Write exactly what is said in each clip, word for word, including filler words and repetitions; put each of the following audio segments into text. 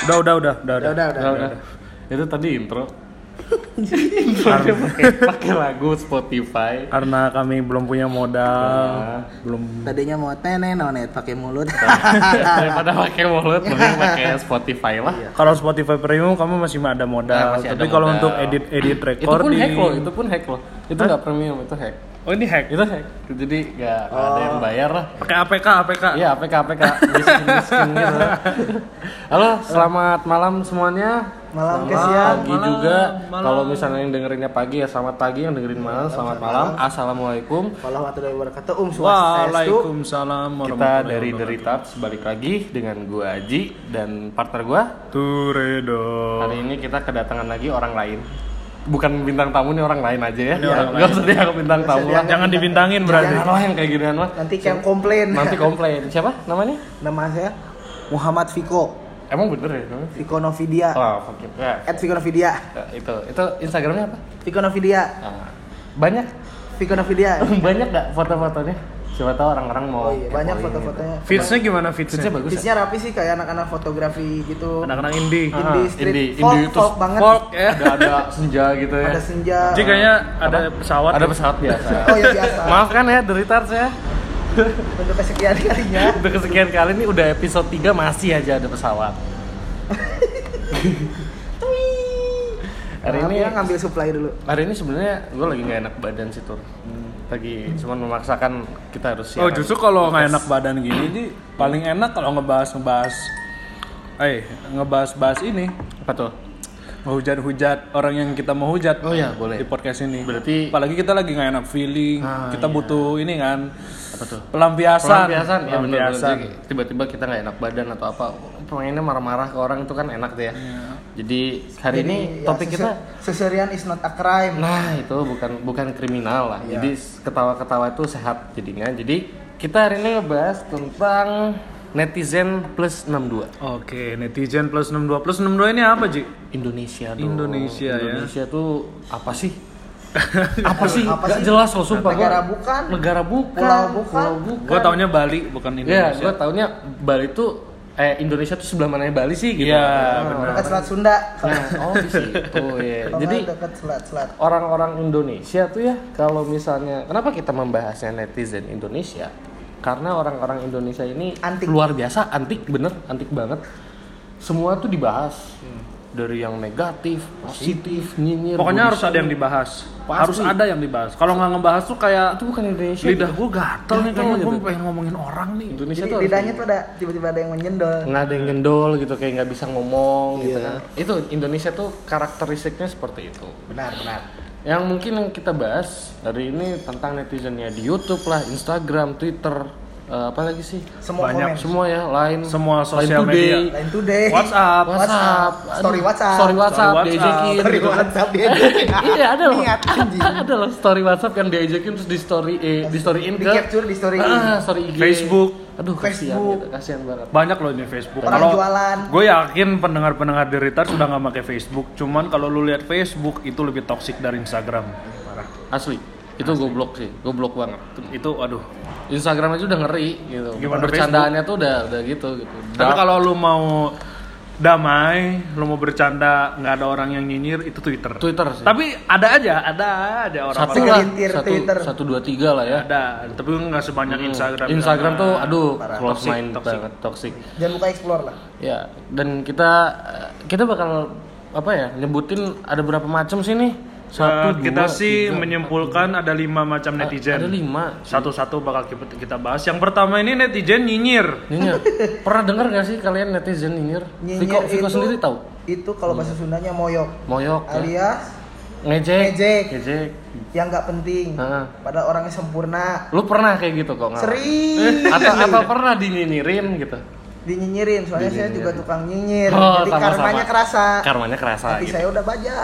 Udah, udah, udah, udah, Udah, udah, udah. udah. Itu tadi intro. Intronya pakai pakai lagu Spotify. Karena kami belum punya modal, Ya. belum. Tadinya mau tenen nonet pakai mulut. Daripada pakai mulut, mending pakai Spotify lah. Kalau Spotify Premium kamu masih ada modal. Nah, masih ada Tapi kalau modal. untuk edit edit Itu record pun di hack loh, itu pun hack loh. Itu Hah? nggak premium, itu hack. Oh, ini hack. Itu hack. Jadi nggak nggak ada yang bayar lah. Pakai A P K, A P K. Iya, A P K A P K miskin-miskin gitu. Halo, selamat malam semuanya. Malam Selamat ke siang. pagi Malam, juga. malam. Kalau misalnya yang dengerinnya pagi ya selamat pagi, yang dengerin malam selamat malam. Assalamualaikum. Warahmatullahi wabarakatuh. Um swastiastu. Waalaikumsalam Kita warahmatullahi dari wabarakatuh. Deritats balik lagi dengan gua Aji dan partner gua. Turedo. Hari ini kita kedatangan lagi orang lain. Bukan bintang tamu nih, orang lain aja ya. Ini orang Gak usah dianggap bintang Nggak tamu usah lah. dianggap. Jangan dibintangin berarti. Jangan lah yang kayak ginian mah. Nanti kayak komplain. Nanti komplain. Siapa namanya? Nama saya Muhammad Viko. Emang bener ya namanya? Viko Novidia. Oh, fuck it. Ya, At Viko Novidia. itu itu Instagramnya apa? Viko Novidia. Ah, banyak Viko Novidia. banyak gak foto-fotonya? Siapa tahu orang-orang mau Oh iya, banyak kepoin foto-fotonya. Fitsnya gimana Fitsnya fitsnya? bagus. Fitsnya rapi sih kayak anak-anak fotografi gitu. Anak-anak indie. Ah, Indie street indie, folk, indie terus folk banget. Folk ya. Ada ada senja gitu ya. Ada senja. Jadi kayaknya ada pesawat. Ada pesawat biasa. Oh ya biasa. Maaf kan ya Deritats ya. Untuk kesekian kalinya. Untuk kesekian kali ini udah episode tiga masih aja ada pesawat. Hari Maaf ini ya, ngambil supply dulu. Hari ini sebenarnya gue lagi nggak enak badan sih Tur. Lagi cuman memaksakan kita harus Oh, siaran. justru kalau nggak enak badan gini sih paling enak kalau ngebahas ngebahas eh ngebahas-bahas ini Apa tuh? menghujat-hujat orang yang kita mau hujat. Oh ya, boleh. Di podcast ini. Berarti- apalagi kita lagi nggak enak feeling, Ah, kita iya. butuh ini kan Apa tuh? pelampiasan. Pelampiasan, ya bener, Pelampiasan. bener. Jadi tiba-tiba kita nggak enak badan atau apa, pengennya marah-marah ke orang itu kan enak tuh ya. Jadi hari Jadi, ini ya, topik kita, sese- seserian is not a crime. nah itu bukan bukan kriminal lah. Iya. Jadi ketawa-ketawa itu sehat jadinya. Jadi kita hari ini ngebahas tentang netizen plus enam dua. Oke, netizen plus enam puluh dua. Plus enam puluh dua ini apa, Ji? Indonesia dong. Indonesia, ya. Indonesia tuh apa sih? apa sih? Apa Gak sih? jelas loh sumpah. Negara Gua- bukan. Negara bukan. Pulau bukan. Pulau bukan. Gue taunya Bali bukan Ya, Indonesia. gue taunya Bali tuh eh Indonesia tuh sebelah mananya Bali sih gitu. Iya, Ah, benar. Dekat Selat Sunda. Nah, oh di situ ya. Kalau Jadi nggak dekat selat-selat. orang-orang Indonesia tuh ya kalau misalnya kenapa kita membahasnya netizen Indonesia? Karena orang-orang Indonesia ini Antik. luar biasa, antik bener, antik banget. Semua tuh dibahas. Dari yang negatif, positif, nyinyir. Pokoknya body harus ada yang shaming. dibahas. Pasti. Harus ada yang dibahas. Kalau nggak ngebahas tuh kayak Itu bukan Indonesia. lidah gitu. gue gatel nih Gatel kayaknya gue gitu. pengen ngomongin orang nih. Indonesia Jadi tuh harus lidahnya kayak tuh ada tiba-tiba ada yang menyendol. nggak ada yang gendol gitu, kayak nggak bisa ngomong gitu Iya. kan. Itu Indonesia tuh karakteristiknya seperti itu. Benar, benar. Yang mungkin yang kita bahas hari ini tentang netizennya di YouTube lah, Instagram, Twitter, eh, apa lagi sih? Semua Banyak. komen. Semua ya, lain Semua Line sosial Today, media. Line Today. WhatsApp. WhatsApp, Story Aduh, WhatsApp. story WhatsApp, Story diejekin WhatsApp. Story gitu kan. WhatsApp dia. Iya ada loh, Niat, anjing. ada loh story WhatsApp yang diejekin terus di story, eh, di storyin Di ke capture, di story. ah, story I G, Facebook. Aduh kasihan Facebook. gitu, kasihan banget. Banyak loh ini Facebook. Orang Kalau jualan. gue yakin pendengar-pendengar Deritas sudah nggak pakai Facebook. Cuman kalau lu lihat Facebook itu lebih toksik dari Instagram. Asli, itu goblok sih, goblok banget. Itu aduh. Instagram aja udah ngeri gitu. Gimana Bercandaannya tuh udah udah gitu gitu. Tapi kalau lu mau damai, lu mau bercanda, nggak ada orang yang nyinyir, itu Twitter. Twitter sih. Tapi ada aja, ada aja orang. satu Orang lah, segelintir satu, Twitter. satu dua tiga lah ya. Ada, tapi nggak sebanyak Hmm. Instagram. Instagram tuh Sama- aduh Parah. close Toxic, mind toxic. banget, toxic. Jangan buka explore lah. Ya, dan kita kita bakal apa ya? Nyebutin ada berapa macam sih nih? Uh, kita dua, sih tiga, menyimpulkan ada lima macam empat. netizen. Ada lima. Satu-satu bakal kita- kita bahas. Yang pertama ini netizen nyinyir. Nyinyir. Pernah dengar gak sih kalian netizen nyinyir? Viko, Viko itu- sendiri tahu? Itu kalau bahasa Sundanya moyok. Moyok ya. Alias Ngejek. Ngejek. Ngejek. yang nggak penting. Heeh. Padahal orangnya sempurna. Lu pernah kayak gitu kok? ngalamin? Sering. Atau atau pernah dinyinyirin gitu? Dinyinyirin, soalnya saya juga Dinyinyirin. tukang nyinyir. Oh, Jadi sama-sama. karmanya kerasa. Karmanya kerasa Tapi gitu. saya udah baja.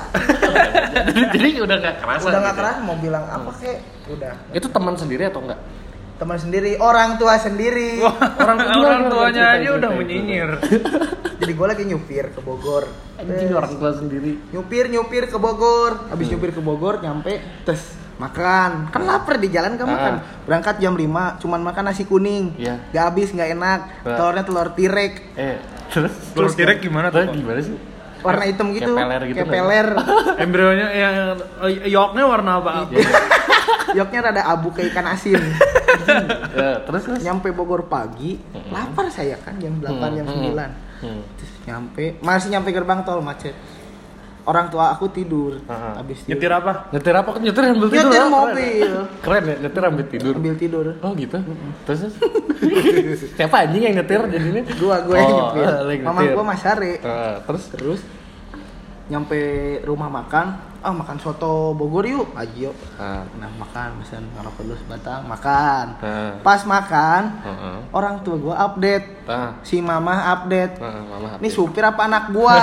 Jadi udah gak kerasa. Udah nggak gitu. kerasa mau bilang apa kek, udah. Itu teman sendiri atau enggak? Teman sendiri, orang tua sendiri. Orang tua Orang gimana? tuanya Cerita, aja cerita, udah cerita. menyinyir. Jadi gue lagi nyupir ke Bogor. Anjing Tes. orang tua sendiri. Nyupir nyupir ke Bogor. Habis nyupir ke Bogor nyampe tes makan. Kan lapar di jalan kan makan. Berangkat jam lima cuman makan nasi kuning. Iya. Gak habis, nggak enak. Nah. Telurnya telur tirek. Eh, Terus Telur tirek gimana tuh? Terus gimana sih? Warna hitam gitu. Kayak peler gitu Kayak nggak? peler. Embrionya ya yolknya warna apa? Yolknya rada abu kayak ikan asin. Ya, terus terus. Nyampe Bogor pagi, lapar saya kan jam delapan jam sembilan. Hmm. Terus nyampe, masih nyampe gerbang tol macet. Orang tua aku tidur. Heeh. Habis tidur. Nyetir apa? Nyetir apa kan nyetir ambil tidur. Nyetir lah, mobil. Keren, keren ya, nyetir ambil tidur. Ambil tidur. Oh gitu. Terus terus. Siapa anjing yang nyetir jadi ini? Gua gua yang Oh, nyepir. eh, lu yang Mama nyetir. gua Mas Sare. Eh, terus Terus nyampe rumah makan, ah makan soto Bogor yuk, ayo. Ah. Nah makan, pesan ngerokok dulu sebatang, makan. Ah. Pas makan, Heeh. orang tua gua update, Ah. si mama update. Heeh, mama. Ini supir apa anak gua?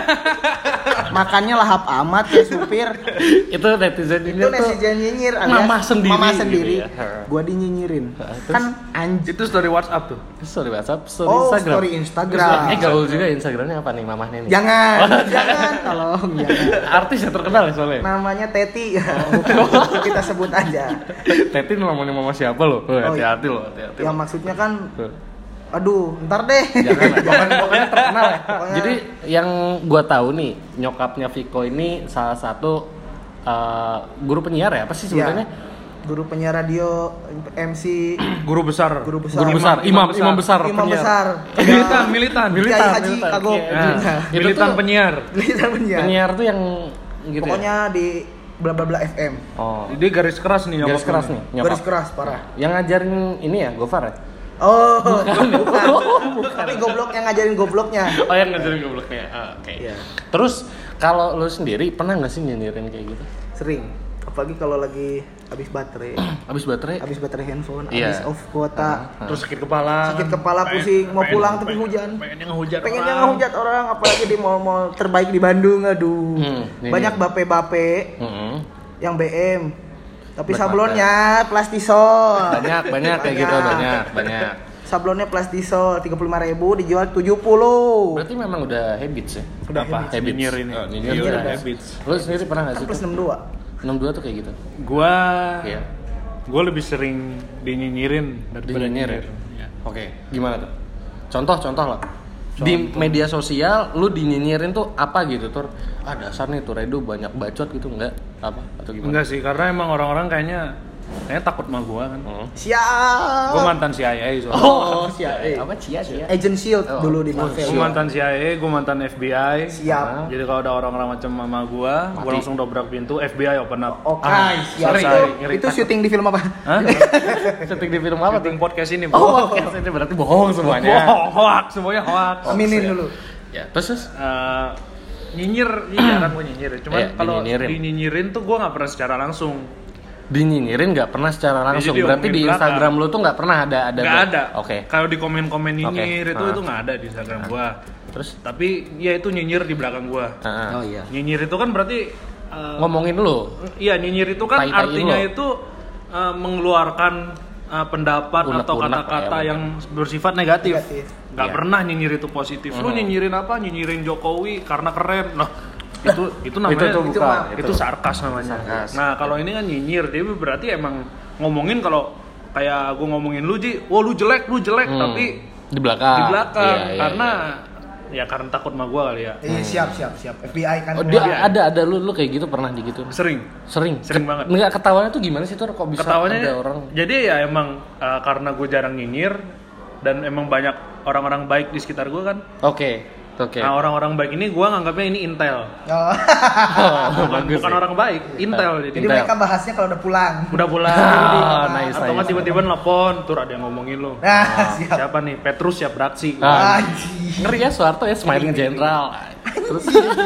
Makannya lahap amat ya supir. Itu netizen ini Itu tuh netizen nyinyir alias mama sendiri mama gitu sendiri. ya. Heeh. Gua dinyinyirin. Terus? Kan anjir. Itu story WhatsApp tuh. Story WhatsApp, story Oh, Instagram. story Instagram. Eh gaul juga Instagramnya apa nih mamahnya nih? Jangan, jangan, tolong jangan. Artis yang terkenal ya soalnya. Namanya Teti. Kita sebut aja. Teti namanya mama siapa lo? Oh, Oh, iya. hati-hati lo, hati-hati. Yang lo. maksudnya kan, Tuh. aduh, ntar deh. Jangan lah, pokoknya, pokoknya terkenal ya. Pokoknya- Jadi yang gua tahu nih, nyokapnya Viko ini salah satu uh, guru penyiar ya? Apa sih sebutannya? Ya, guru penyiar radio, M C, Guru besar. guru besar. Guru besar, imam, imam besar, imam penyiar. besar. Militan, militan. Kiai Haji militan, Kagok. Kiai. Nah, Nah, itu militan tuh- penyiar. Militan penyiar. Penyiar tuh yang gitu Pokoknya di bla bla bla F M. ya? Oh. Dia garis keras nih Garis nyokap keras lu. nih, nyokap. Garis keras parah. Yang ngajarin ini ya, Gofar ya? Oh, bukan. Tapi goblok yang ngajarin gobloknya. Oh, yang ngajarin gobloknya. Ah, oke. Iya. Terus kalau lu sendiri pernah nggak sih nyinyirin kayak gitu? Sering. Apalagi kalau lagi habis baterai, Habis baterai? habis baterai handphone, Iya. habis off kuota. Ah. Terus sakit kepala. Sakit kan. kepala, Pengen- pusing, mau pengen- pulang tapi pengen- hujan. Pengennya ngehujat. Pengennya orang. ngehujat orang, apalagi di mall-mall terbaik di Bandung, aduh. Hmm, ini. Banyak bape-bape Mm-mm. yang B M. Tapi Black sablonnya plastisol. Banyak, banyak kayak gitu, banyak, banyak. Sablonnya plastisol tiga puluh lima ribu dijual tujuh puluh. Berarti memang udah habits ya? Udah Apa? habits. Nyinyir ini. Oh, nyinyir. Iya, udah udah. habits. Lu sendiri pernah nggak Kan sih? plus tuh? enam puluh dua. enam puluh dua tuh kayak gitu? Gua Iya. gua lebih sering dinyinyirin daripada Dinyinyirin? nyinyirin. Ya. Oke, gimana tuh? Contoh, contoh lah. Di media sosial, lu dinyinyirin tuh apa gitu, Tur? Ah dasar nih, Tur Edo banyak bacot gitu, enggak? Apa? Atau gimana? Enggak sih, karena emang orang-orang kayaknya kayaknya takut sama gua kan. Hmm. Siap. Gua mantan C I A soalnya. Oh, siap. Eh, Apa? Cia, cia? Agent Shield Oh, dulu di oh, Marvel. Gua mantan C I A, gua mantan F B I. Siap. Jadi kalau ada orang-orang macam mama gua, gua Mati. langsung dobrak pintu, F B I open up. Oke, Ah, siap. sorry, Itu, sorry, ngeri itu takut. syuting di film apa? Hah? Syuting di film apa tuh? Syuting podcast ini, Oh, podcast ini berarti bohong semuanya. Bohong, hoax, semuanya hoax. Aminin siap. dulu. Ya, terus terus? Eh, nyinyir, iya jarang gue nyinyir. Cuman Iya, kalau dinyinyirin. dinyinyirin tuh gue nggak pernah secara langsung. Dinyinyirin nggak pernah secara langsung. jadi Berarti diomongin di belakang. Instagram lu tuh nggak pernah ada ada. Nggak ada. Oke. Kalau di komen-komen nyinyir Oke. itu Ah. itu nggak ada di Instagram gue. Terus? Tapi ya itu nyinyir di belakang gue. Heeh. Oh iya. Nyinyir itu kan berarti eh, Ngomongin lu. iya nyinyir itu kan Tai-taiin artinya lo. itu eh, mengeluarkan eh, pendapat atau Unek-unek kata-kata ya, yang bersifat negatif. Negatif. Nggak Iya. pernah nyinyir itu positif. Lu Mhm. nyinyirin apa? Nyinyirin Jokowi karena keren. Nah, itu itu namanya itu tuh itu bukan. mah- itu sarkas namanya. Sarkas. Nah, kalau ini kan nyinyir, dia berarti emang ngomongin kalau kayak gue ngomongin lu Ji, wah lu jelek, lu jelek, Hmm. tapi Di belakang. di belakang Iya, iya, karena iya. ya karena takut sama gue kali ya. Iya, siap, siap, siap. F B I kan. Oh, dia Iya. ada ada lu lu kayak gitu pernah digituin? Sering. Sering. Sering banget. Enggak ketawanya tuh gimana sih tuh kok bisa Ketawanya ada orang? jadi ya emang uh, karena gue jarang nyinyir dan emang banyak orang-orang baik di sekitar gue kan. Oke. Oke. Nah, orang-orang baik ini gue nganggapnya ini intel. Oh. Oh, Bukan, bagus bukan ya. orang baik, intel jadi. Jadi mereka bahasnya kalau udah pulang. Udah pulang. Ah, nice, Atau nggak nice. tiba-tiba nelfon, tur ada yang ngomongin lu. Nah, Ah, siap. siapa nih? Petrus siap beraksi. Ah. Anjing. Ngeri ya Soeharto ya smiling general. Terus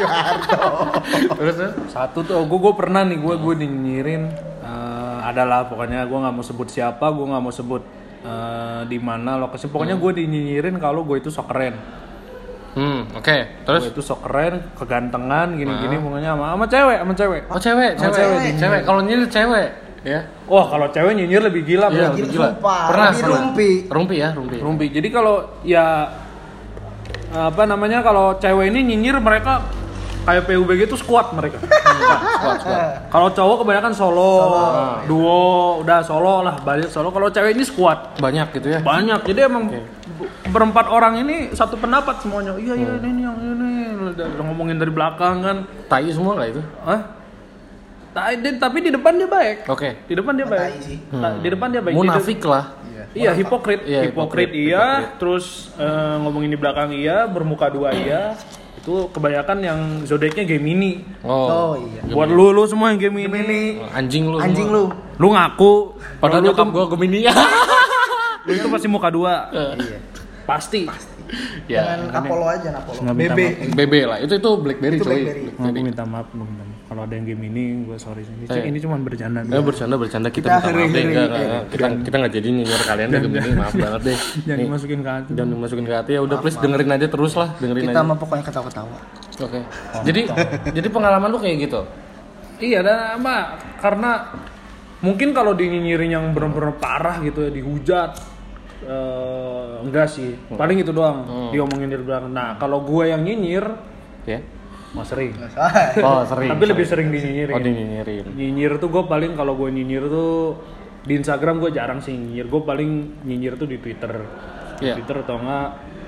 terus terus. Satu tuh, gue gue pernah nih gue gue dinyinyirin eh, adalah pokoknya gue nggak mau sebut siapa, gue nggak mau sebut eh, di mana lokasi. Pokoknya gue dinyinyirin kalau gue itu sok keren. Hmm, oke. Terus Gue itu sok keren, kegantengan, gini-gini pokoknya sama sama cewek, sama cewek. oh cewek, Sama cewek, cewek cewek. dinyinyirin. Kalau nyindir cewek, ya. Wah kalau cewek nyinyir lebih gila Iya, bro. lebih gila, gila. sumpah. Pernah, Lebih pernah. rumpi. Rumpi ya, rumpi. Rumpi. Jadi kalau ya apa namanya kalau cewek ini nyinyir mereka kayak P U B G itu squad mereka. Squad, squad. Kalau cowok kebanyakan solo, solo. duo, udah solo lah, balik solo. Kalau cewek ini squad. Banyak gitu ya? Banyak. Jadi emang okay. berempat orang ini satu pendapat semuanya. Iya iya hmm. ini yang ini udah ngomongin dari belakang kan. Tai semua nggak itu? Hah? Tai, tapi di depan dia baik. Oke. Okay. Di depan dia baik. Hmm. Di depan dia baik. Munafik lah. Iya, hipokrit. Iya, hipokrit, hipokrit iya, hipokrit. Terus uh, ngomongin di belakang iya, bermuka dua iya. Itu kebanyakan yang zodiaknya Gemini. Oh, oh iya. Buat lu lu semua yang Gemini. Gemini. Oh, anjing lu. Anjing semua. lu. Lu ngaku padahal nyokap gua Gemini. Lu itu pasti muka dua. Iya. Pasti. Pasti. Ya, jangan Apollo aja, Apollo. B B. B B lah. Itu itu BlackBerry itu coy. Blackberry. Nah, gue minta maaf, gue minta maaf. Kalau ada yang Gemini, gue sorry sih. Eh. Ini cuma bercanda. Eh, bercanda bercanda kita, kita minta maaf deh. Enggak, enggak. Kita kita enggak jadi nyinyir kalian deh Gemini, maaf banget deh. Jangan nih, dimasukin ke hati. Jangan dimasukin ke hati ya. Udah please dengerin aja terus lah, dengerin kita aja. Kita mah pokoknya ketawa-ketawa. Oke. Okay. Oh, jadi jadi pengalaman lu kayak gitu. Iya, dan apa? Karena mungkin kalau dinyinyirin yang bener-bener parah gitu ya, dihujat. Uh, enggak sih, paling itu doang hmm. diomongin dari belakang. Nah kalau gue yang nyinyir, ya, yeah. Mas sering. Oh sering. Tapi lebih sering dinyinyirin. Oh dinyinyirin. Nyinyir tuh gue paling kalau gue nyinyir tuh di Instagram gue jarang sih nyinyir. Gue paling nyinyir tuh di Twitter. Di yeah. Twitter atau enggak,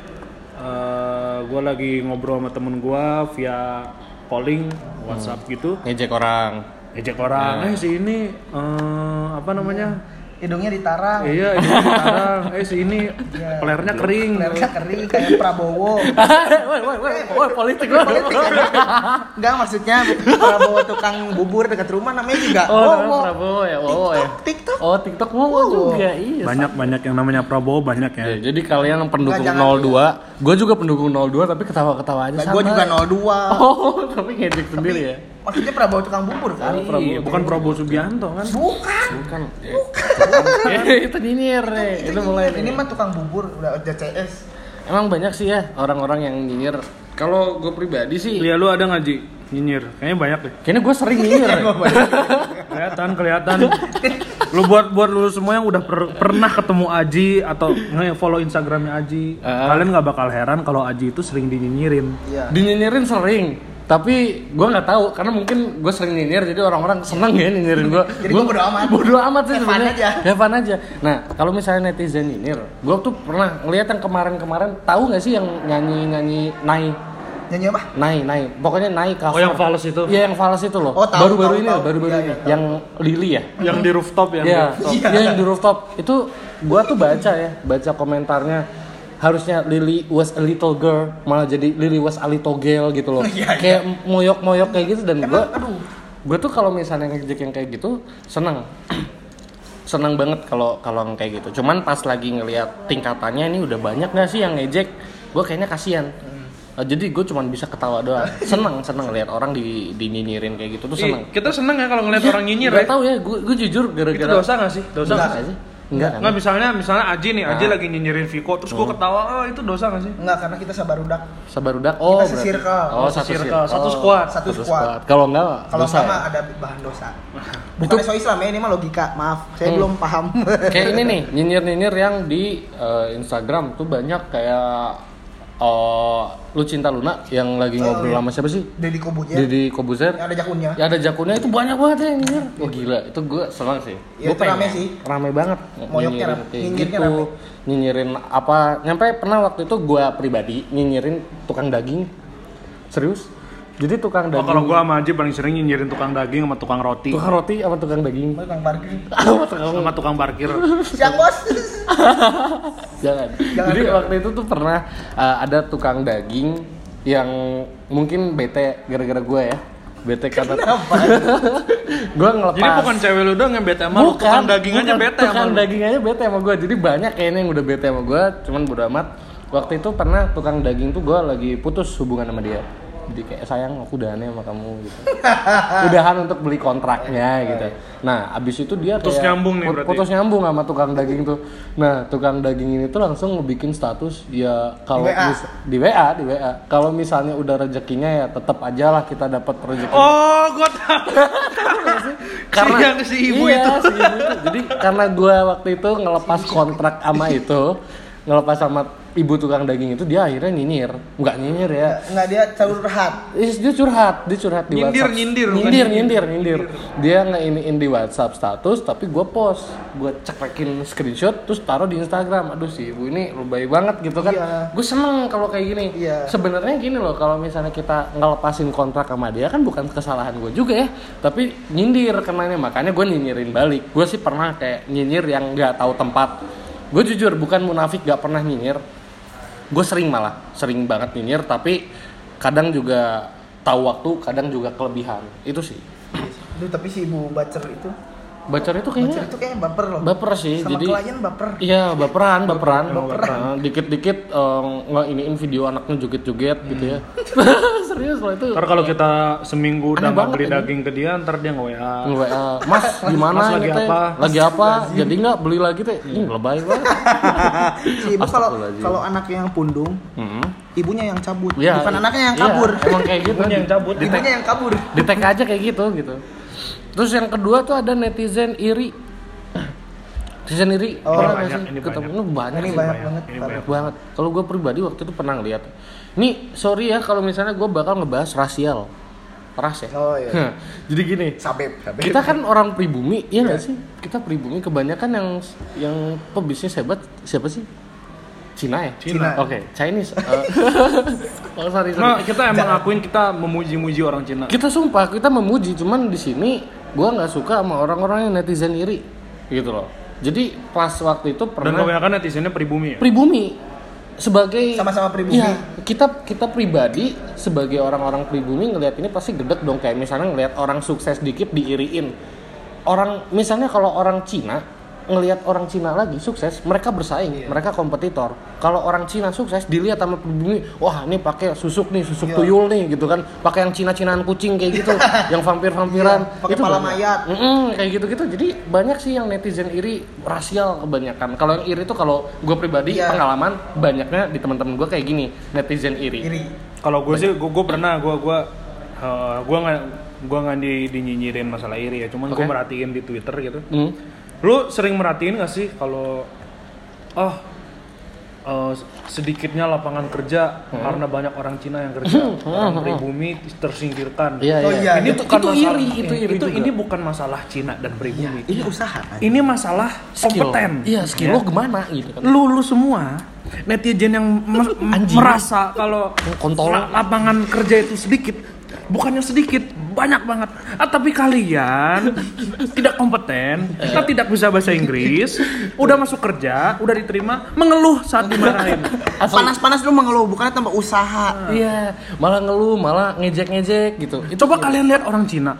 uh, gue lagi ngobrol sama temen gue via calling, WhatsApp hmm. gitu. Ngejek orang. Ngejek orang. Yeah. Eh si ini uh, apa namanya? Hidungnya ditarang. Iya, hidungnya ditarang. Eh si ini yeah. pelernya kering. Pelernya kering kayak Prabowo. Woi woi woi, woi politik loh. Politik. Enggak maksudnya Prabowo tukang bubur dekat rumah namanya juga. Oh, wow, wow. Prabowo ya. Wow ya. TikTok. Oh, TikTok wow oh. juga. Iya. Banyak-banyak yang namanya Prabowo banyak ya. ya jadi kalian yang pendukung nol dua, gue juga pendukung nol dua tapi ketawa-ketawa aja sama. Gue juga nol dua. Oh, tapi ngejek sendiri ya. Maksudnya Prabowo tukang bubur kan? Oh, Prabowo. Bukan Prabowo Subianto kan? Bukan. Bukan. Bukan. Itu nyinyir deh. Itu, itu mulai. Ini mah tukang bubur udah D C S. Emang banyak sih ya orang-orang yang nyinyir. Kalau gue pribadi sih. Iya lu ada nggak Ji? Nyinyir? Kayaknya banyak deh. Kayaknya gue sering nyinyir. kelihatan kelihatan. Lu buat buat lu semua yang udah per, pernah ketemu Aji atau nge-follow Instagramnya Aji, uh. kalian nggak bakal heran kalau Aji itu sering dinyinyirin. Iya. Dinyinyirin sering. Tapi gue nggak tahu karena mungkin gue sering nyinyir jadi orang-orang seneng ya nyinyirin gue. Jadi gue bodo amat. Bodo amat sih sebenarnya. aja. Fun aja. Nah kalau misalnya netizen nyinyir, gue tuh pernah ngeliat yang kemarin-kemarin tahu nggak sih yang nyanyi-nyanyi Nai? Nyanyi apa? Nai, Nai. Pokoknya Nai cover. Oh yang fals itu? Iya yang fals itu loh. Oh, tahu, baru-baru tahu, ini, tahu. baru-baru ya, ini. Ya, yang Lily ya? Yang di rooftop ya? Iya. Iya ya, yang di rooftop. Itu gue tuh baca ya, baca komentarnya. Harusnya Lily was a little girl malah jadi Lily was a little girl gitu loh. ya, kayak ya. moyok-moyok kayak gitu dan gue aduh. gue tuh kalau misalnya ngejek yang kayak gitu seneng seneng banget kalau kalau kayak gitu. Cuman pas lagi ngelihat tingkatannya ini udah banyak nggak sih yang ngejek, gue kayaknya kasihan. Uh, jadi gue cuma bisa ketawa doang. Seneng seneng ngelihat orang di dinyinyirin kayak gitu tuh seneng. Ih, kita seneng ya kalau ngelihat ya, orang nyinyir ya. ya. Gak tau ya, gue gue jujur gara-gara. Itu dosa nggak sih? Dosa nggak sih? Enggak, Enggak, misalnya misalnya Aji nih, Aji nah. lagi nyinyirin Viko, terus gue ketawa, oh itu dosa gak sih? Enggak, karena kita sabarudak. Sabarudak. Oh, kita sesirkel. Oh, satu circle, satu oh, squad, satu squad. Kalau enggak, kalau dosa. enggak mah ada bahan dosa. Bukan so Islam ya, ini mah logika. Maaf, saya hmm. belum paham. Kayak ini nih, nyinyir-nyinyir yang di uh, Instagram tuh banyak kayak Oh, Lu Cinta Luna yang lagi oh, ngobrol iya. sama siapa sih? Deddy Kobuzer. Deddy Kobuzer. Yang ada jakunnya. Ya ada jakunnya itu banyak banget ya nyinyirin. Oh gila, itu gue senang sih. Ya, gue pengen. Rame sih. Rame banget. Moyoknya rame. Nyinyirin gitu. Nyinyirin apa? Nyampe pernah waktu itu gue pribadi nyinyirin tukang daging. Serius? Jadi tukang daging. Oh, kalau gua sama Aji paling sering nyinyirin tukang daging sama tukang roti. Tukang roti sama tukang daging. Tukang parkir. sama tukang parkir. Siap, Bos. Jangan. Jangan. Jadi waktu itu tuh pernah uh, ada tukang daging yang mungkin bete gara-gara gua ya. Bete karena gua ngelepas. Jadi bukan cewek lu doang yang bete sama lu, tukang daging aja bete sama lu. Tukang daging aja bete sama gua. Jadi banyak kayaknya yang udah bete sama gua, cuman bodo amat. Waktu itu pernah tukang daging tuh gua lagi putus hubungan sama dia. Jadi kayak sayang aku udahannya sama kamu gitu. Udahan untuk beli kontraknya gitu. Nah abis itu dia putus kayak nyambung nih berarti. Putus nyambung sama tukang daging tuh. Nah tukang daging ini tuh langsung ngebikin status ya kalau mis- di W A di W A kalau misalnya udah rezekinya ya tetap aja lah kita dapat rezeki. Oh gua tahu. Karena si, si ibu iya, itu. Si ibu itu. Jadi karena gua waktu itu ngelepas kontrak sama itu ngelepas sama ibu tukang daging itu dia akhirnya nyinyir, nggak nyinyir ya? Nggak, dia curhat. Dia curhat, dia curhat di nyindir, WhatsApp. Nyindir, nyindir, nyindir, nyindir, nyindir. Dia nge-iniin di WhatsApp status, tapi gue post, gue cekin screenshot, terus taruh di Instagram. Aduh si ibu ini lebay banget gitu kan? Iya. Gue seneng kalau kayak gini. Iya. Sebenarnya gini loh, kalau misalnya kita ngelepasin kontrak sama dia kan bukan kesalahan gue juga ya, tapi nyindir kenanya, makanya gue nyinyirin balik. Gue sih pernah kayak nyinyir yang nggak tahu tempat. Gue jujur bukan munafik, nggak pernah nyinyir. Gue sering malah, sering banget nyinyir, tapi kadang juga tahu waktu, kadang juga kelebihan. Itu sih. Duh, tapi si ibu bacer itu, Bacer itu kayaknya bacer itu kayaknya baper loh. baper sih. Sama Jadi klien baper. iya, baperan, baperan. Baperan. Nah, dikit-dikit uh, nge-iniin video anaknya joget-joget hmm. gitu ya. Serius loh itu. Ntar kalau kita seminggu udah nggak beli ini. daging ke dia, ntar dia nge-W A. Nge-W A, Mas gimana Mas lagi ini teh? apa? Lagi apa? Jadi nggak beli lagi teh? Ini lebay banget. Si ibu kalau kalau anaknya yang pundung, Mm-hmm. ibunya yang cabut, Ya, bukan anaknya yang iya, kabur. emang kayak gitu. Ibunya yang cabut. Di Ibunya yang kabur. Di tag aja kayak gitu gitu. Terus yang kedua tuh ada netizen iri. Netizen iri Oh, pernah nggak banyak, sih ini ketemu? banyak. Ini banyak Ini sih, banyak banyak. banget. Ini parah. banyak. banget. Kalau gue pribadi waktu itu pernah lihat. Nih sorry ya kalau misalnya gue bakal ngebahas rasial, ras ya. Oh iya. Jadi gini, Sabep, sabep. kita kan orang pribumi, iya nggak sih? Kita pribumi kebanyakan yang yang pebisnis hebat siapa sih? Cina ya? Cina. Oke, Chinese. Uh, oh, sorry, sorry. Nah, kita emang akuin kita memuji-muji orang Cina. Kita sumpah kita memuji, cuman di sini gua nggak suka sama orang-orang yang netizen iri, gitu loh. Jadi pas waktu itu Dan pernah kebanyakan netizennya pribumi ya. pribumi sebagai Sama-sama pribumi. Iya, kita kita pribadi sebagai orang-orang pribumi ngelihat ini pasti gedek dong, kayak misalnya ngelihat orang sukses dikit diiriin. Orang misalnya kalau orang Cina ngelihat orang Cina lagi sukses, mereka bersaing, Iya. mereka kompetitor. Kalau orang Cina sukses dilihat sama pribumi, wah ini pakai susuk nih, susuk Iya. tuyul nih gitu kan, pakai yang Cina-Cinaan kucing kayak gitu, yang vampir-vampiran, Iya, pakai pala banyak. mayat. Mm-mm, kayak gitu-gitu. Jadi banyak sih yang netizen iri rasial kebanyakan. Kalau yang iri tuh kalau gue pribadi Iya. pengalaman banyaknya di teman-teman gue kayak gini, netizen iri. Iri. Kalau gue sih, gue, gue pernah, gue gue uh, gue nggak gue nggak di, dinyinyirin masalah iri ya. Cuman Oke. gue merhatiin di Twitter gitu. Hmm. Lu sering merhatiin nggak sih kalau oh uh, sedikitnya lapangan kerja Hmm. karena banyak orang Cina yang kerja, orang pribumi tersingkirkan. Iya, Oh, iya. iya. Ini Itu- bukan itu masalah, iri, itu iri itu juga. ini bukan masalah Cina dan pribumi. Ini usaha. Ini masalah Skill. kompeten. Iya, skill Ya. lo gimana gitu kan. Lu lu semua netizen yang me- Anjing. merasa kalau Kontol. la- lapangan kerja itu sedikit, bukannya sedikit, banyak banget. Ah, tapi kalian tidak kompeten, kita tidak bisa bahasa Inggris, udah masuk kerja, udah diterima, mengeluh saat dimarahin. Asli. Panas-panas lu mengeluh, bukannya tambah usaha. Iya, malah ngeluh, malah ngejek-ngejek gitu. Itu Coba kalian lihat orang Cina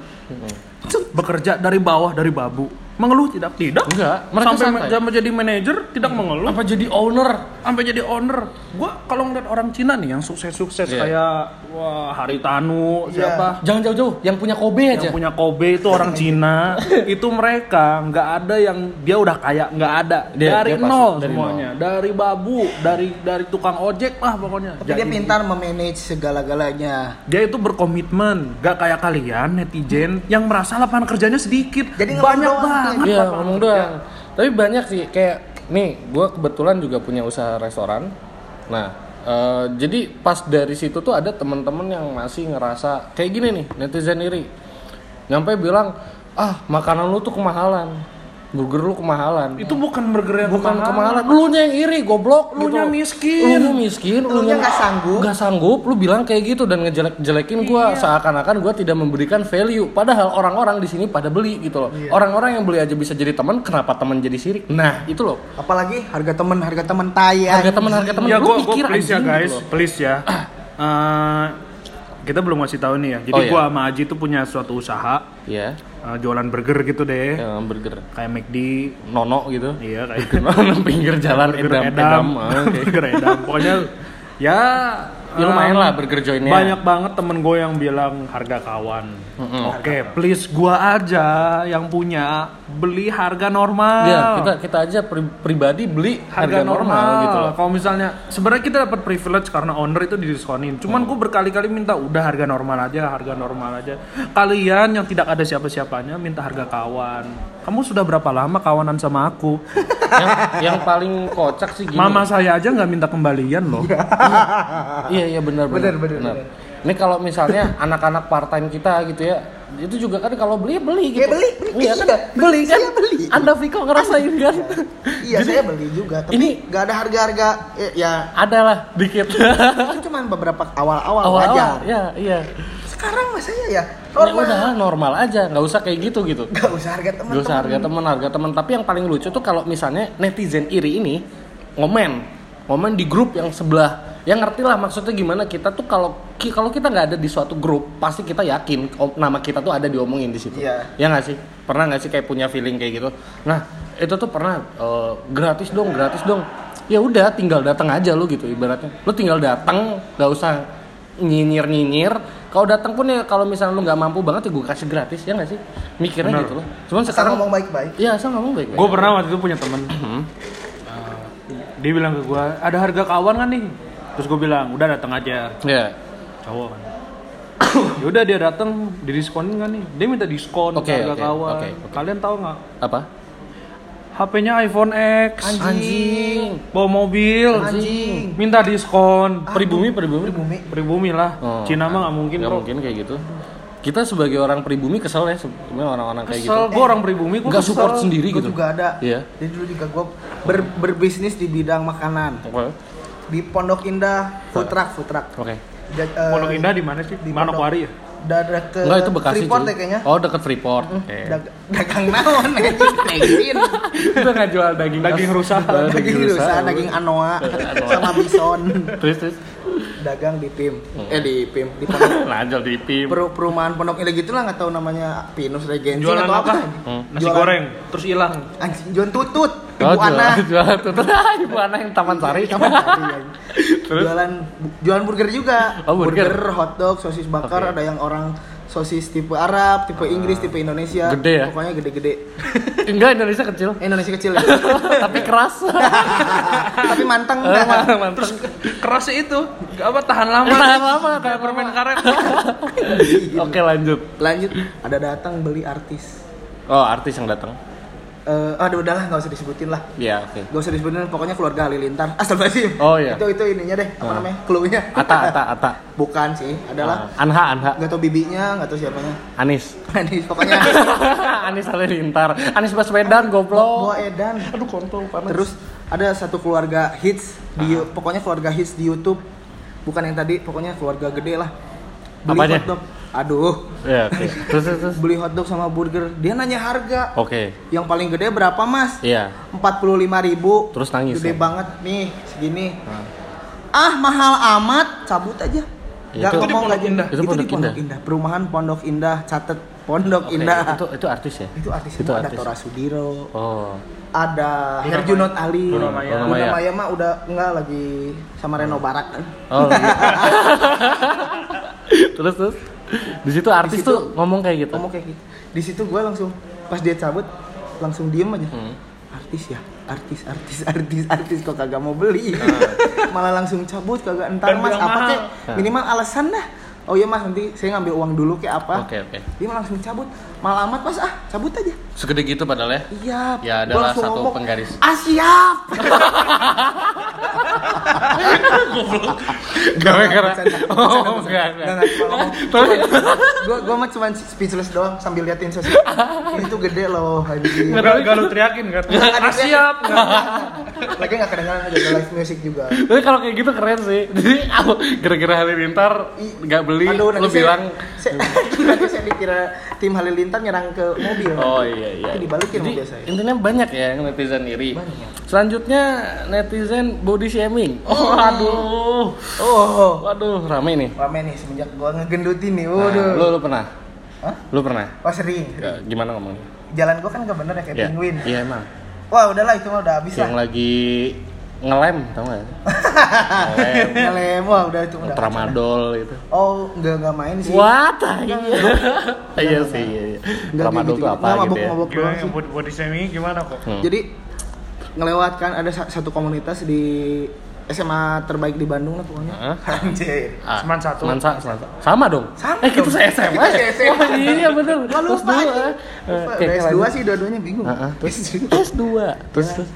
bekerja dari bawah, dari babu, mengeluh tidak tidak. Enggak, mereka Sampai santai. sampai jadi manajer tidak mengeluh. apa jadi owner? Sampai jadi owner. Gua kalau ngeliat orang Cina nih yang sukses-sukses Iya. kayak wah Haritanu, siapa? Jangan jauh-jauh, yang punya Kobe aja. Yang punya Kobe itu orang Cina. Itu mereka nggak ada yang dia udah kaya, nggak ada. Dia- dari dia pasti, nol dari semuanya. Dari babu, dari dari tukang ojek lah pokoknya. Tapi dia Jadi, pintar memanage segala-galanya. dia itu berkomitmen, gak kayak kalian netizen yang merasa lapangan kerjanya sedikit. Jadi ngomong banyak doang, banget. Iya, lapangan ngomong kerja. doang. Tapi banyak sih kayak nih, gue kebetulan juga punya usaha restoran. Nah, eh, jadi pas dari situ tuh ada teman-teman yang masih ngerasa kayak gini nih, netizen iri. Nyampe bilang, "Ah, makanan lu tuh kemahalan. Burger lu kemahalan." Itu bukan burger yang Bukan kemahalan, lu nya yang iri, goblok. Lu gitu. nya miskin. Lu miskin, lu Lu nya nggak sanggup. Nggak sanggup, lu bilang kayak gitu dan ngejelek-jelekin gua Iya. seakan-akan gua tidak memberikan value. Padahal orang-orang di sini pada beli gitu loh. Iya. Orang-orang yang beli aja bisa jadi teman, kenapa teman jadi sirik? Nah, itu loh. Apalagi harga temen, harga temen tai. Harga anjing. teman, harga teman. Ya Lu gue pikir please ya anjing guys, gitu loh. please ya. Eh, kita belum ngasih tahu nih ya. Jadi Oh, iya. gua sama Aji tuh punya suatu usaha Iya, eh, jualan burger gitu deh. yang burger Kayak McD. nono gitu. Iya kayak gitu. Pinggir jalan Burger edam, edam. edam. Ah, oke. Burger edam. Pokoknya ya Ya lumayan em, lah burger joinnya. Banyak banget temen gue yang bilang harga kawan. Mm-mm. Oke, please gua aja yang punya beli harga normal. Iya, kita kita aja pri- pribadi beli harga, normal, gitu loh. Kalau misalnya sebenarnya kita dapat privilege karena owner itu didiskonin. Cuman Hmm. gue berkali-kali minta udah harga normal aja, harga normal aja. Kalian yang tidak ada siapa-siapanya minta harga kawan. kamu sudah berapa lama kawanan sama aku? yang, yang paling kocak sih gini. Mama saya aja nggak minta kembalian loh. Iya iya benar benar. Benar, benar, benar. Ini kalau misalnya anak-anak part time kita gitu ya, itu juga kan kalau beli beli gitu. Ya beli, beli. Iya kan? Iya, Beli kan? saya beli. Anda Viko ngerasain kan? Iya, saya beli juga, tapi ini- nggak ada harga-harga ya, ya Ada lah dikit. kan cuman beberapa awal-awal Awal-awal, wajar. ya iya. Sekarang mah saya ya Ya normal. udah normal aja, nggak usah kayak gitu gitu. Nggak usah harga teman. Gak usah harga teman, harga teman. Tapi yang paling lucu tuh kalau misalnya netizen iri ini ngomen, ngomen di grup yang sebelah. Ya ngerti lah maksudnya gimana, kita tuh kalau ki- kalau kita nggak ada di suatu grup, pasti kita yakin oh, nama kita tuh ada diomongin di situ. Iya. Ya nggak sih? Pernah nggak sih kayak punya feeling kayak gitu? Nah itu tuh pernah eh, gratis dong, gratis dong. Ya udah, tinggal datang aja lu gitu ibaratnya. Lu tinggal datang, nggak usah nyinyir nyinyir. Kalau datang pun ya kalau misalnya lu nggak mampu banget ya gue kasih gratis, ya nggak sih? Mikirnya Bener. gitu loh. Cuman Asal sekarang ngomong baik-baik. Iya, asal ngomong baik. Gue pernah waktu itu punya temen. Uh, dia bilang ke gue, ada harga kawan kan nih? Terus gue bilang, udah datang aja. Iya. Cowok kan. Ya udah dia datang, didiskonin kan nih? Dia minta diskon Oke, harga oke, kawan. oke, oke. Kalian tahu nggak? Apa? H P-nya iPhone X. Anjing. Bawa mobil. Anjing. Minta diskon. Pribumi, pribumi. Pribumi. Pribumi lah. Oh. Cina mah nggak mungkin. Nggak bro. mungkin kayak gitu. Kita sebagai orang pribumi kesel ya sebenarnya orang-orang kayak gitu. Kesel, gue orang pribumi, gue Nggak support sendiri Gue gitu. juga ada. Iya. Jadi dulu juga gue ber, berbisnis di bidang makanan. Oke. Di Pondok Indah food truck, food truck. Oke. Ja- eh, Pondok Indah di mana sih? di Di Manokwari ya? Daerah ke Enggak itu Bekasi Freeport cuy. deh kayaknya. Oh, deket Freeport. Oke. Dag- dagang naon anjing bensin. Itu nggak jual daging Daging rusa. Oh, Daging rusa, daging anoa Anoa. sama bison. Terus terus. Dagang di P I M. Hmm. Eh di P I M di Pondok Lanjut di P I M. per- perumahan Pondok Indah gitu lah, nggak tahu namanya Pinus Regency Jualan atau apa? anjing. Hmm. Nasi Jualan- goreng, terus hilang. Anjing jualan tutut. Ibu Oh, jualan, Ana. jualan tuh. Ibu Ana yang Taman Sari. Taman Sari, anjing. Terus? Jualan jualan burger juga. Oh, burger. hotdog, sosis bakar, Oke. ada yang orang sosis tipe Arab, tipe Inggris, tipe Indonesia. Gede ya? Pokoknya gede-gede. Enggak, Indonesia kecil. Eh, Indonesia kecil ya. Tapi keras. Tapi manteng Eh, dah. Mantap. Kerasnya itu, gak apa tahan lama. Tahan lama, kayak tahan permen lama. karet. Oke, lanjut. Lanjut, ada datang beli artis. Oh, artis yang datang. Eh, aduh udahlah nggak usah disebutin lah. Iya, oke. Gak usah disebutin, pokoknya keluarga Halilintar. Astagfirullahaladzim. Oh, iya. Itu itu ininya deh, apa Ah. namanya? Clue-nya. Ata, Ata, Ata. Bukan sih, adalah Ah, Anha, Anha. nggak tahu bibinya, nggak tahu siapanya. Anis. Anis, pokoknya Anis Halilintar. Anis Baswedan, goblok. Boa Edan. Aduh, kontol panas. Terus ada satu keluarga hits di pokoknya keluarga hits di YouTube. Bukan yang tadi, pokoknya keluarga gede lah. Beli Apanya? hotdog. Aduh. Ya, oke. Terus, terus, terus. Beli hotdog sama burger. Dia nanya harga. Oke. Yang paling gede berapa, Mas? Iya. empat puluh lima ribu. Terus nangis, Gede ya? banget nih, segini. Ah, mahal amat. Cabut aja. Ya, Gak itu- ngomong Itu di Pondok lagi. Indah. Itu Itu, Pondok di Pondok Indah. Indah. Perumahan Pondok Indah. Catet Pondok Oke, Indah. Itu itu artis ya? Itu artis Itu semua. Ada artis. Tora Sudiro. Oh. Ada Luna Herjunot Maya. Ali. Luna Maya. Luna Luna Maya. Maya mah udah enggak lagi sama Reno Barak kan. Oh. Gitu. Terus terus. Di situ artis situ- tuh ngomong kayak gitu. Ngomong kayak gitu. Di situ gue langsung pas dia cabut langsung diem aja. Hmm. Artis ya, artis, artis, artis, artis kok kagak mau beli. Ah. Malah langsung cabut kagak entar Dan Mas bilang apa mahal. kek minimal alasan dah. Oh iya Mas, nanti saya ngambil uang dulu kayak apa. Oke, oke. Dia malah langsung cabut. Malah amat Mas, ah cabut aja. Segede gitu padahal ya. Iya. Ya, Gua adalah langsung satu ngomong, penggaris. Ah siap. Gak kira. Bercanda, Oh, bercanda, enggak, bercanda. enggak. Enggak, cuma ngomong. Tapi Gua gua mah cuma speechless doang sambil liatin sosial. Ini tuh gede loh anjing. Gak, gak lu teriakin kan? Ah, siap. Lagi nggak kedengaran aja ada live music juga. Tapi kalau kayak gitu keren sih. Jadi aku gara-gara Halilintar nggak beli, Aduh, lu nanti saya- bilang. saya, nanti saya dikira tim Halilintar nyerang ke mobil. Oh iya iya. Tapi dibalikin Jadi, mobil saya. intinya banyak ya yang netizen iri. Banyak. Selanjutnya netizen body shaming. Oh aduh. Oh, Waduh, rame nih. rame nih semenjak gua ngegendutin nih. Nah, Waduh. lu lu pernah? Hah? Lu pernah? Oh sering. Ya, gimana ngomongnya? Jalan gua kan nggak bener ya kayak Ya. penguin. Iya emang. Wah udahlah itu mah udah habis Yang lah. lagi ngelem, tau nggak? Ngelem, Ngelem, wah udah itu udah. tramadol gitu. Oh nggak nggak main sih. Wah, tai. Enggak, Iya sih, iya. iya. Nggak Tramadol kayak tuh gitu. apa Nggak, gitu ya? mabuk-mabuk doang Gimana sih. body, body shaming gimana kok? Hmm. Jadi ngelewatkan ada sa- satu komunitas di S M A terbaik di Bandung lah pokoknya. Hah? Anjir. Ah, Semansa satu. Semansa, Semansa. Sama dong. Sama Eh kita dong. se-S M A. Kita ya? se-S M A. Oh, iya benar. Gua lupa aja. Oke, Udah S dua lanjut. sih dua-duanya bingung. Heeh, terus S dua. Terus terus.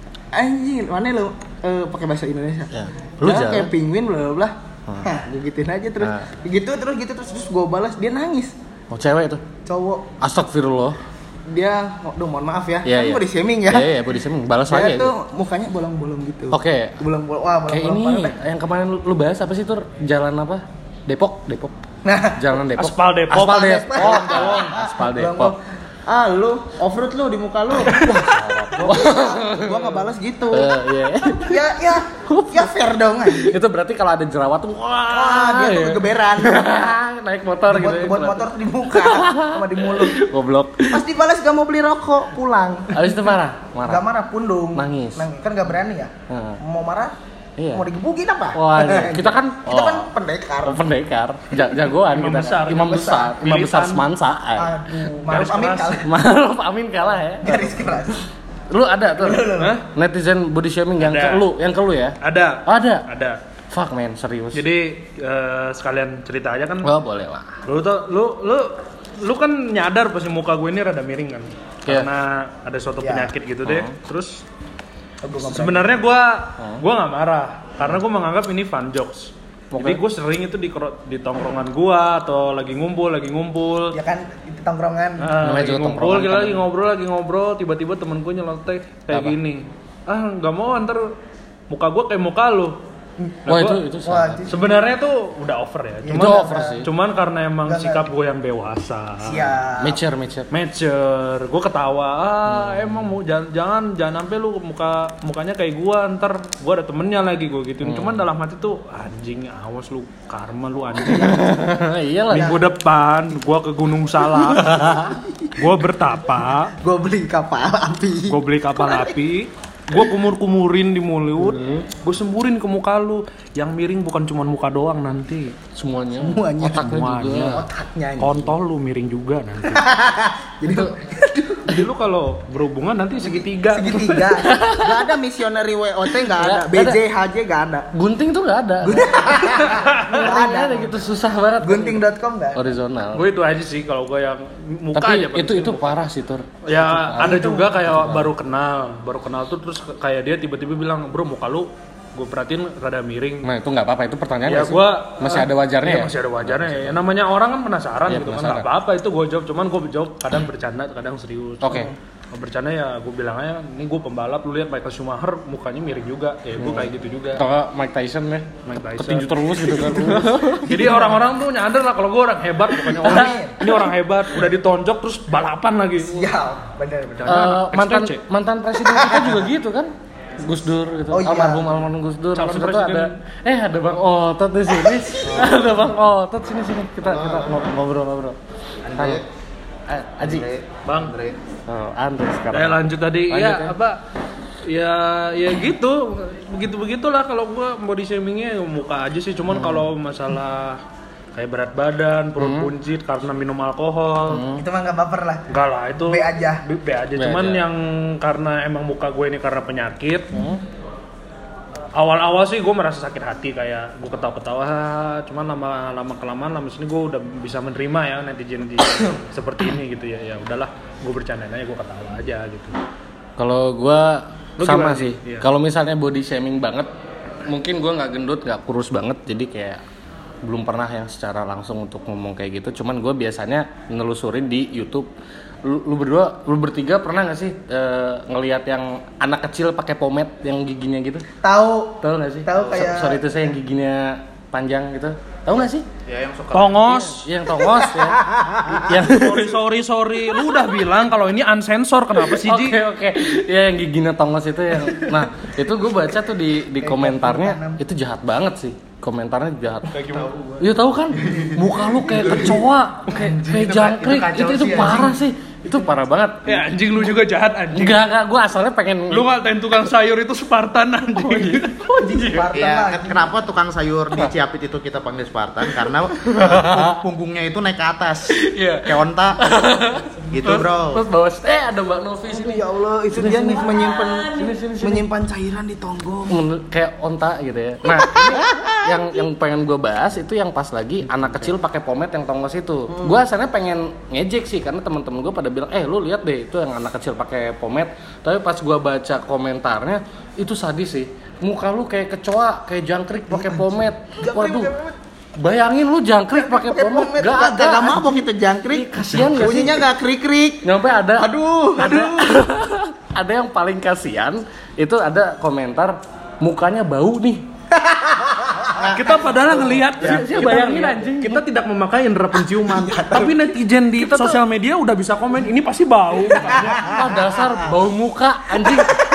Anjir, mana lu eh, pakai bahasa Indonesia? Ya. Lu Lu jangan. kayak penguin bla bla bla. Ah. Hah, gue gituin aja terus. Ah. Gitu terus gitu terus terus gue balas dia nangis. Oh, cewek itu. Cowok Astagfirullah. dia, aduh mohon maaf ya, Iya, kan iya. body shaming ya. Iya, iya, body shaming. Balas Dia aja. tuh mukanya bolong-bolong gitu. Oke. Bolong-bolong, wah Kayak bolong-bolong ini parah. yang kemarin lu, lu bahas apa sih tur? Jalan apa? Depok, Depok. Nah, Jalan Depok. Aspal Depok. Aspal Aspal Depok. Depok. Tolong. Aspal Depok. bolong-bolong. Ah lu, off-road lu di muka lu. gua, gua nggak balas gitu. Eh, iya. Ya, ya, ya fair dong aja. Itu berarti kalau ada jerawat tuh wah, Wah, dia tuh iya. kegeberan. Naik motor Buat gitu. ya, buat jerawat. motor di muka sama di mulut. Goblok. Pas dibalas gak mau beli rokok, pulang. Habis itu marah, marah. Gak marah, pundung. Nangis. Nangis. Kan gak berani ya. Heeh. Mau marah, Iya. mau digebukin apa? Wah, iya. kita kan kita oh. kan pendekar. Oh, pendekar, Ja- jagoan Imam kita. besar, imam imam besar, besar. imam besar Militan. semansa. eh. Aduh, Maruf Garis Amin keras. kalah. Maruf Amin kalah ya. Garis keras. Lu ada tuh Hah? netizen body shaming yang Ada. ke lu, yang ke lu ya? Ada. Ada. Ada. Fuck man, serius. Jadi eh, sekalian cerita aja kan. oh, boleh lah. Lu tuh lu lu lu kan nyadar pasti muka gue ini rada miring kan. Iya. Karena ada suatu Iya. penyakit gitu deh. Oh. Terus Oh, gua nggak berani. sebenarnya gue Oh. gue nggak marah karena gue menganggap ini fun jokes. Oke. Jadi gue sering itu di kro- di tongkrongan gue atau lagi ngumpul lagi ngumpul. Ya kan itu tongkrongan. Nah, Namanya lagi juga ngumpul, tongkrongan kita kan. lagi ngobrol, lagi ngobrol, tiba-tiba temen gue nyelontek kayak Apa? gini. Ah, nggak mau ntar muka gue kayak muka lu. Nah, Wah, gua- itu itu Wah, salah. itu sebenarnya tuh udah over ya. Itu Cuman over sih. Cuman karena emang Enggak, sikap gue yang dewasa. siap. Mature, mature. Mature, gue ketawa, ah Hmm. emang mau jangan jangan jangan sampai lu muka mukanya kayak gue, ntar gue ada temennya lagi gue gituin. Hmm. Cuman dalam hati tuh anjing, awas lu karma lu anjing. Iyalah. Minggu depan gue ke Gunung Salak, gue bertapa, Gue beli kapal api. gue beli kapal api, gue kumur-kumurin di mulut, gue semburin ke muka lu. Yang miring bukan cuma muka doang nanti, Semuanya. Semuanya. Otaknya Semuanya. juga. Otaknya ini. kontol lu miring juga nanti. Jadi tuh Jadi lu kalau berhubungan nanti segitiga. segitiga. Gak ada missionary W O T, gak ada. Nggak B J ada. H J gak ada. Gunting tuh nggak ada. Gak Nggak ada. ada gitu, susah banget. Gunting dot com gak ada. Horizontal. Gue itu aja sih kalau gue yang muka Tapi aja. paling itu itu parah sih tur. Ya ada juga kayak baru kenal, baru kenal tuh terus kayak dia tiba-tiba bilang, bro muka lu gue perhatiin rada miring. Nah itu nggak apa-apa, itu pertanyaan Ya nggak sih? gue masih ada wajarnya ya, ya? masih ada wajarnya ya. Ya, namanya orang kan penasaran Iya, gitu kan, penasaran. nggak apa-apa itu gue jawab. Cuman gue jawab kadang bercanda, kadang serius. Oke. Kalau bercanda ya gue bilang aja, ini gue pembalap, lu lihat Michael Schumacher mukanya miring juga, ya gue kayak gitu juga. Atau nggak Mike Tyson ya? Mike Tyson. Ketinju terus gitu kan. Jadi orang-orang tuh nyadar lah kalau gue orang hebat, pokoknya orang ini orang hebat, udah ditonjok terus balapan lagi. Ya, bener bener. Eh, mantan X P C. mantan presiden kita juga gitu kan? Gus Dur gitu. Oh, iya. Almarhum almarhum Gus Dur. Calon Maksudnya tuh presiden. ada eh ada Bang Otot di sini. Ada Bang Otot sini sini kita kita ngobrol-ngobrol. Andre. Eh, Aji. Bang, Oh, Andre sekarang. eh lanjut tadi, Lanjut, ya ya. apa? Ya, ya gitu, begitu begitulah kalau gua body shamingnya ya muka aja sih. Cuman kalau masalah kayak berat badan, perut buncit karena minum alkohol, Itu mah gak baper lah. enggak lah itu B aja. B, B aja. B Cuman aja. yang karena emang muka gue ini karena penyakit. Awal-awal sih gue merasa sakit hati, kayak gue ketawa-ketawa, cuman lama-lama kelamaan lama sini gue udah bisa menerima ya netizen netizen seperti ini gitu ya. Ya udahlah, gue bercandain aja, gue ketawa aja gitu. Kalau gua Lu sama gimana sih. sih? Iya. Kalau misalnya body shaming banget, mungkin gua nggak gendut, nggak kurus banget, jadi kayak belum pernah yang secara langsung untuk ngomong kayak gitu. Cuman gua biasanya nelusurin di YouTube. Lu, lu berdua, lu bertiga pernah nggak sih eh, ngelihat yang anak kecil pakai pomade yang giginya gitu? Tahu. Tahu nggak sih? Tahu kayak- So- sorry itu saya yang giginya panjang gitu. Tahu nggak sih? Ya yang suka tongos. Iya, yang tongos ya. yang Sorry sorry sorry, lu udah bilang kalau ini unsensor, kenapa sih Ji? Oke oke, ya yang giginya tongos itu yang, nah itu gue baca tuh di di komentarnya itu jahat banget sih, komentarnya jahat. Kayak gimana? Iya tahu kan, muka lu kayak kecoa, kayak kayak jangkrik, itu kacau itu itu sih, parah sih. Itu parah banget. Ya anjing lu juga jahat anjing. Enggak, enggak, gue asalnya pengen. Lu ngatain tukang sayur itu Spartan anjing. Oh, gitu. Oh, gitu. Ya, kenapa tukang sayur di Ciapit itu kita panggil Spartan? Karena uh, punggungnya itu naik ke atas. Iya. Kayak onta. Gitu, Bro. Terus bawa eh ada Mbak Novi sini. Ya Allah, itu dia nih menyimpan menyimpan cairan di tonggong. Men- kayak onta gitu ya. Nah, ini yang yang pengen gue bahas itu yang pas lagi anak kecil pakai pomade yang tongos itu. Hmm. Gue asalnya pengen ngejek sih karena teman-teman gue pada bilang, "Eh, lu lihat deh itu yang anak kecil pakai pomade." Tapi pas gue baca komentarnya itu sadis sih. Muka lu kayak kecoa, kayak jangkrik pakai pomade. Waduh. Bayangin lu jangkrik pakai pomade, Gak ada. Gak mabok kita jangkrik. Kasihan gak sih? Bunyinya gak krik-krik. Nyampe ada. Aduh, ada, ada yang paling kasihan itu ada komentar mukanya bau nih. Kita padahal ngelihat Ya, sih, kita bayangin ngeliat. anjing. Kita tidak memakai indera penciuman. Tapi netizen di Kita tuh- sosial media udah bisa komen ini pasti bau. Ah, dasar bau muka anjing.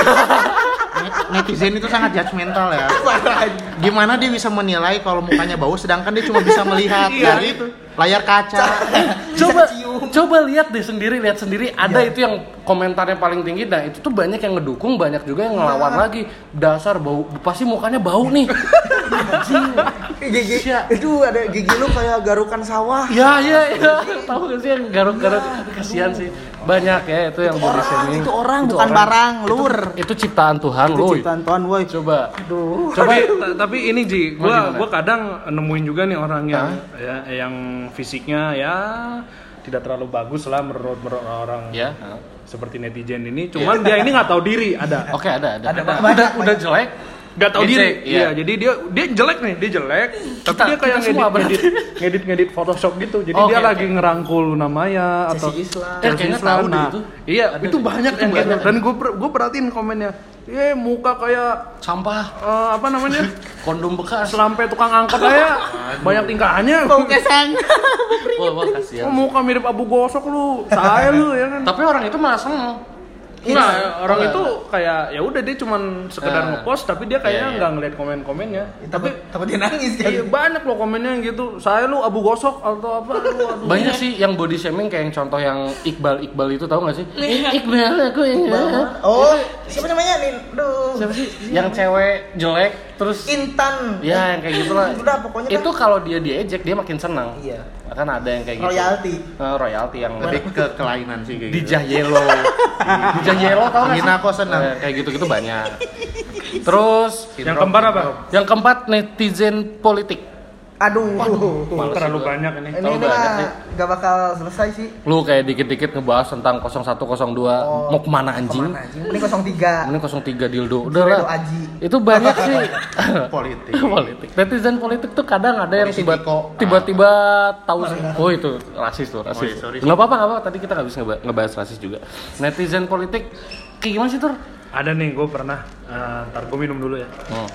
Netizen itu sangat judgmental ya. Gimana dia bisa menilai kalau mukanya bau sedangkan dia cuma bisa melihat dari layar kaca. Coba coba lihat deh sendiri, lihat sendiri ada itu yang komentarnya paling tinggi. Nah, itu tuh banyak yang ngedukung, banyak juga yang ngelawan lagi. Dasar bau, pasti mukanya bau nih. Anjing. Gigi itu ada gigi lu kayak garukan sawah. Ya, ya, ya. Tahu gak sih yang garuk-garuk kasihan sih. Banyak ya itu yang body shaming. Itu orang bukan barang, lur. Itu ciptaan Tuhan, Itu loh. ciptaan Tuhan, woi. Coba. Aduh. Coba tapi tapi ini Ji, Mau gua gimana? gua kadang nemuin juga nih orang yang ya yang fisiknya ya tidak terlalu bagus lah menurut menurut orang ya. seperti netizen ini. Cuman dia ini nggak tahu diri ada. Oke, ada, ada. Ada, Udah, banyak, udah jelek. Gak tahu Ngecek, diri. iya. Iya, jadi dia dia jelek nih, dia jelek. Tapi Kita- dia kayak kita semua ngedit, ngedit ngedit ngedit Photoshop gitu. Jadi Oke, dia oke. lagi ngerangkul Luna Maya atau Chelsea Islam. Eh, Chelsea kayaknya Islam. tahu deh Nah, itu. iya, Ada itu deh. banyak Itu yang gitu. banyak. Dan gue gue perhatiin komennya. Eh, muka kayak Sampah, eh, apa namanya? kondom bekas. Selampe tukang angkot aja. Banyak tingkahannya. Bau kesang. Wah, wah kasihan. Oh, muka mirip Abu Gosok lu. Saya lu ya kan. Tapi orang itu malah seneng. Enggak, orang Oh, itu kayak ya udah dia cuman sekedar Nah. ngepost tapi dia kayaknya Iya, iya. nggak ngeliat komen-komennya. Tapi tapi dia nangis kan. Iya, banyak loh komennya yang gitu. Saya lu Abu Gosok atau apa lu aduh. Banyak sih yang body shaming kayak yang contoh yang Iqbal Iqbal itu tahu nggak sih? Iqbal aku ini. Oh, siapa namanya nih? Duh. Siapa sih? Yang cewek jelek terus Intan. ya yang kayak gitu lah. Udah pokoknya Itu kan- kalau dia diejek dia makin senang. Iya. Kan ada yang kayak gitu. Royalty. Eh, royalty yang Lebih ke kelainan sih kayak gitu. Dijah Yellow. Dijah Yellow tau nggak sih? Hina kok senang. Eh, kayak gitu-gitu banyak. Terus Yang keempat apa? yang keempat netizen politik. Aduh. Terlalu banyak ini. Ini Tahu ini banyak mah nih. gak bakal selesai sih. Lu kayak dikit-dikit ngebahas tentang nol satu nol dua Oh, mau kemana anjing? Kemana anjing? Ini nol tiga. Ini nol tiga dildo. Udah Dildo lah. Aji. Itu banyak sih. Politik. politik. Netizen politik tuh kadang ada yang Polisi tiba, Tiko. tiba-tiba tahu sih. Oh itu rasis tuh, rasis. Oh, iya, sorry. Nggak apa-apa, nggak apa-apa. Tadi kita nggak bisa ngeba- ngebahas rasis juga. Netizen politik kayak gimana sih Tur? Ada nih, gue pernah. eh, ntar gue minum dulu ya. Oh.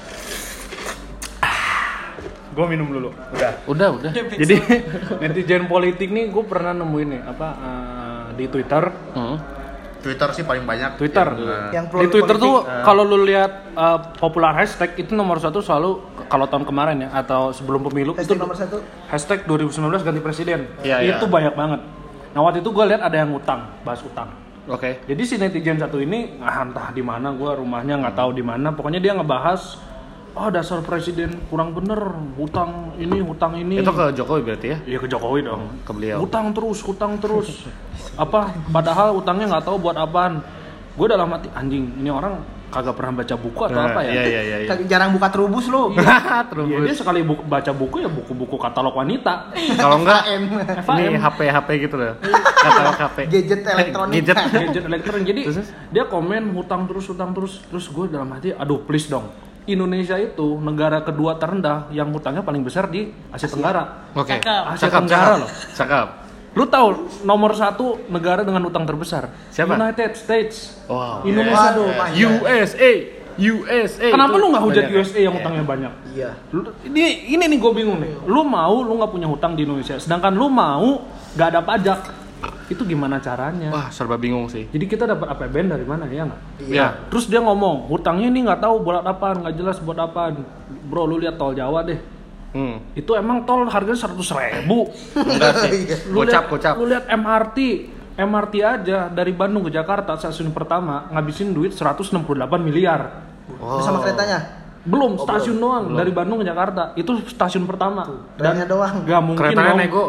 Gue minum dulu. Udah. Udah, udah. Jadi netizen politik nih gue pernah nemuin nih apa eh, di Twitter. Hmm. Twitter sih paling banyak. Twitter. Yang, uh, Yang Di Twitter politik. tuh kalau lu lihat eh, popular hashtag itu nomor satu selalu kalau tahun kemarin ya atau sebelum pemilu Hashtag itu nomor satu. hashtag dua ribu sembilan belas ganti presiden. Iya, itu iya. banyak banget. Nah waktu itu gue lihat ada yang utang, bahas utang. Oke. Jadi si netizen satu ini ah, entah di mana gue rumahnya nggak tahu di mana. Pokoknya dia ngebahas, oh dasar presiden kurang bener, hutang ini, hutang ini. Itu ke Jokowi berarti ya? Iya ke Jokowi dong. Ke beliau. Hutang terus, hutang terus. Apa? Padahal utangnya nggak tahu buat apaan. Gue dalam hati anjing, ini orang kagak pernah baca buku atau apa ya? Iya, iya, iya. Kali jarang buka Trubus lu. Terus Iya, dia sekali buku, baca buku ya buku-buku katalog wanita. kalau enggak F A M. ini H P H P gitu loh. Katalog H P. Gadget elektronik. Gadget. Gadget elektronik. Jadi dia komen hutang terus, hutang terus. Terus gue dalam hati, aduh please dong. Indonesia itu negara kedua terendah yang hutangnya paling besar di Asia Tenggara. Oke. Asia Cakep, Tenggara cakep. loh. Cakep. Lu tahu nomor satu negara dengan utang terbesar? Siapa? United States. Wow. Indonesia. Waduh, U S A. U S A. Kenapa Itu lu nggak hujat banyak. U S A yang utangnya banyak? Iya. Lu- Ini ini nih gue bingung nih. Lu mau lu nggak punya hutang di Indonesia, sedangkan lu mau nggak ada pajak. Itu gimana caranya? Wah, serba bingung sih. Jadi kita dapat A P B N dari mana ya nggak? Iya. Terus dia ngomong hutangnya ini nggak tahu buat apaan, nggak jelas buat apaan. Bro, lu lihat tol Jawa deh. Hmm. Itu emang tol harganya seratus ribu. Enggak sih. Lu Gocap, lihat- gocap. Lu lihat M R T M R T aja dari Bandung ke Jakarta stasiun pertama ngabisin duit seratus enam puluh delapan miliar. Oh. Sama keretanya? Belum, stasiun oh, doang belum. Dari Bandung ke Jakarta. Itu stasiun pertama. Dan doang. Gak mungkin keretanya dong. nego.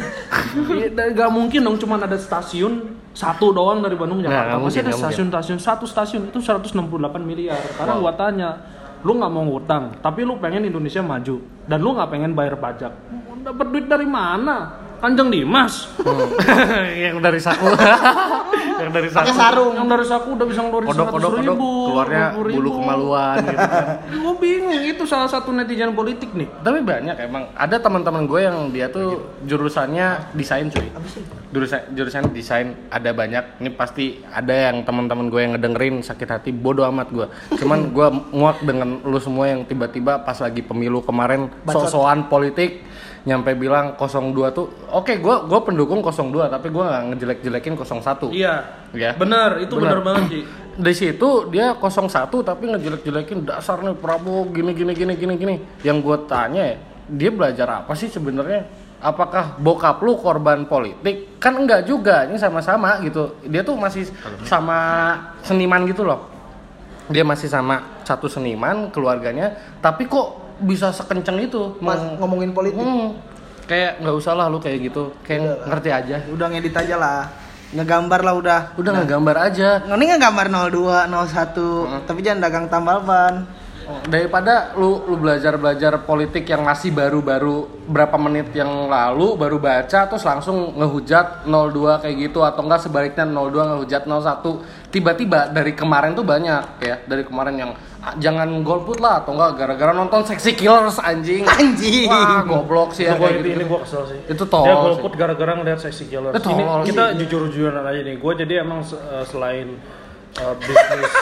Gak mungkin dong cuma ada stasiun satu doang dari Bandung ke Jakarta. Nah, pasti ada stasiun-stasiun, satu stasiun itu seratus enam puluh delapan miliar. Karena wow. Gua tanya, lu gak mau ngutang, tapi lu pengen Indonesia maju dan lu gak pengen bayar pajak. Dapat duit dari mana? Kanjeng Dimas. Hmm. Yang dari saku. Yang dari saku. Pakai sarung. Yang dari saku udah bisa ngeluarin seratus ribu. Keluarnya bulu kemaluan gitu kan. Gue bingung, itu salah satu netizen politik nih. Tapi banyak emang. Ada teman-teman gue yang dia tuh jurusannya desain cuy. Jurusan jurusan desain ada banyak. Ini pasti ada yang teman-teman gue yang ngedengerin sakit hati, bodoh amat gue. Cuman gue muak dengan lu semua yang tiba-tiba pas lagi pemilu kemarin sok-sokan politik nyampe bilang nol dua tuh oke okay, gue gue pendukung nol dua tapi gue nggak ngejelek-jelekin nol satu. Iya. Ya. Benar, itu benar banget sih. Di situ dia nol satu tapi ngejelek-jelekin dasar nih Prabowo gini gini gini gini gini. Yang gue tanya ya, dia belajar apa sih sebenarnya? Apakah bokap lu korban politik? Kan enggak juga, ini sama-sama gitu. Dia tuh masih sama seniman gitu loh. Dia masih sama satu seniman keluarganya, tapi kok bisa sekenceng itu Mas, ngomongin politik. Hmm, kayak nggak usah lah lu kayak gitu, kayak udah, ngerti aja. Udah ngedit aja lah, ngegambar lah udah. Udah nah. Ngegambar aja. Ini ngegambar nol dua, nol satu, hmm. tapi jangan dagang tambal ban. Daripada lu lu belajar-belajar politik yang masih baru-baru berapa menit yang lalu baru baca terus langsung ngehujat nol dua kayak gitu atau enggak sebaliknya nol dua ngehujat nol satu. Tiba-tiba dari kemarin tuh banyak ya, dari kemarin yang jangan golput lah atau enggak gara-gara nonton Sexy Killers anjing. Anjing. Wah, goblok sih ya kayak gitu. Ini gua kesel sih. Itu tol. Dia golput gara-gara ngeliat Sexy Killers. Itu ini tol kita sih. jujur-jujuran aja nih. Gua jadi emang uh, selain uh, bisnis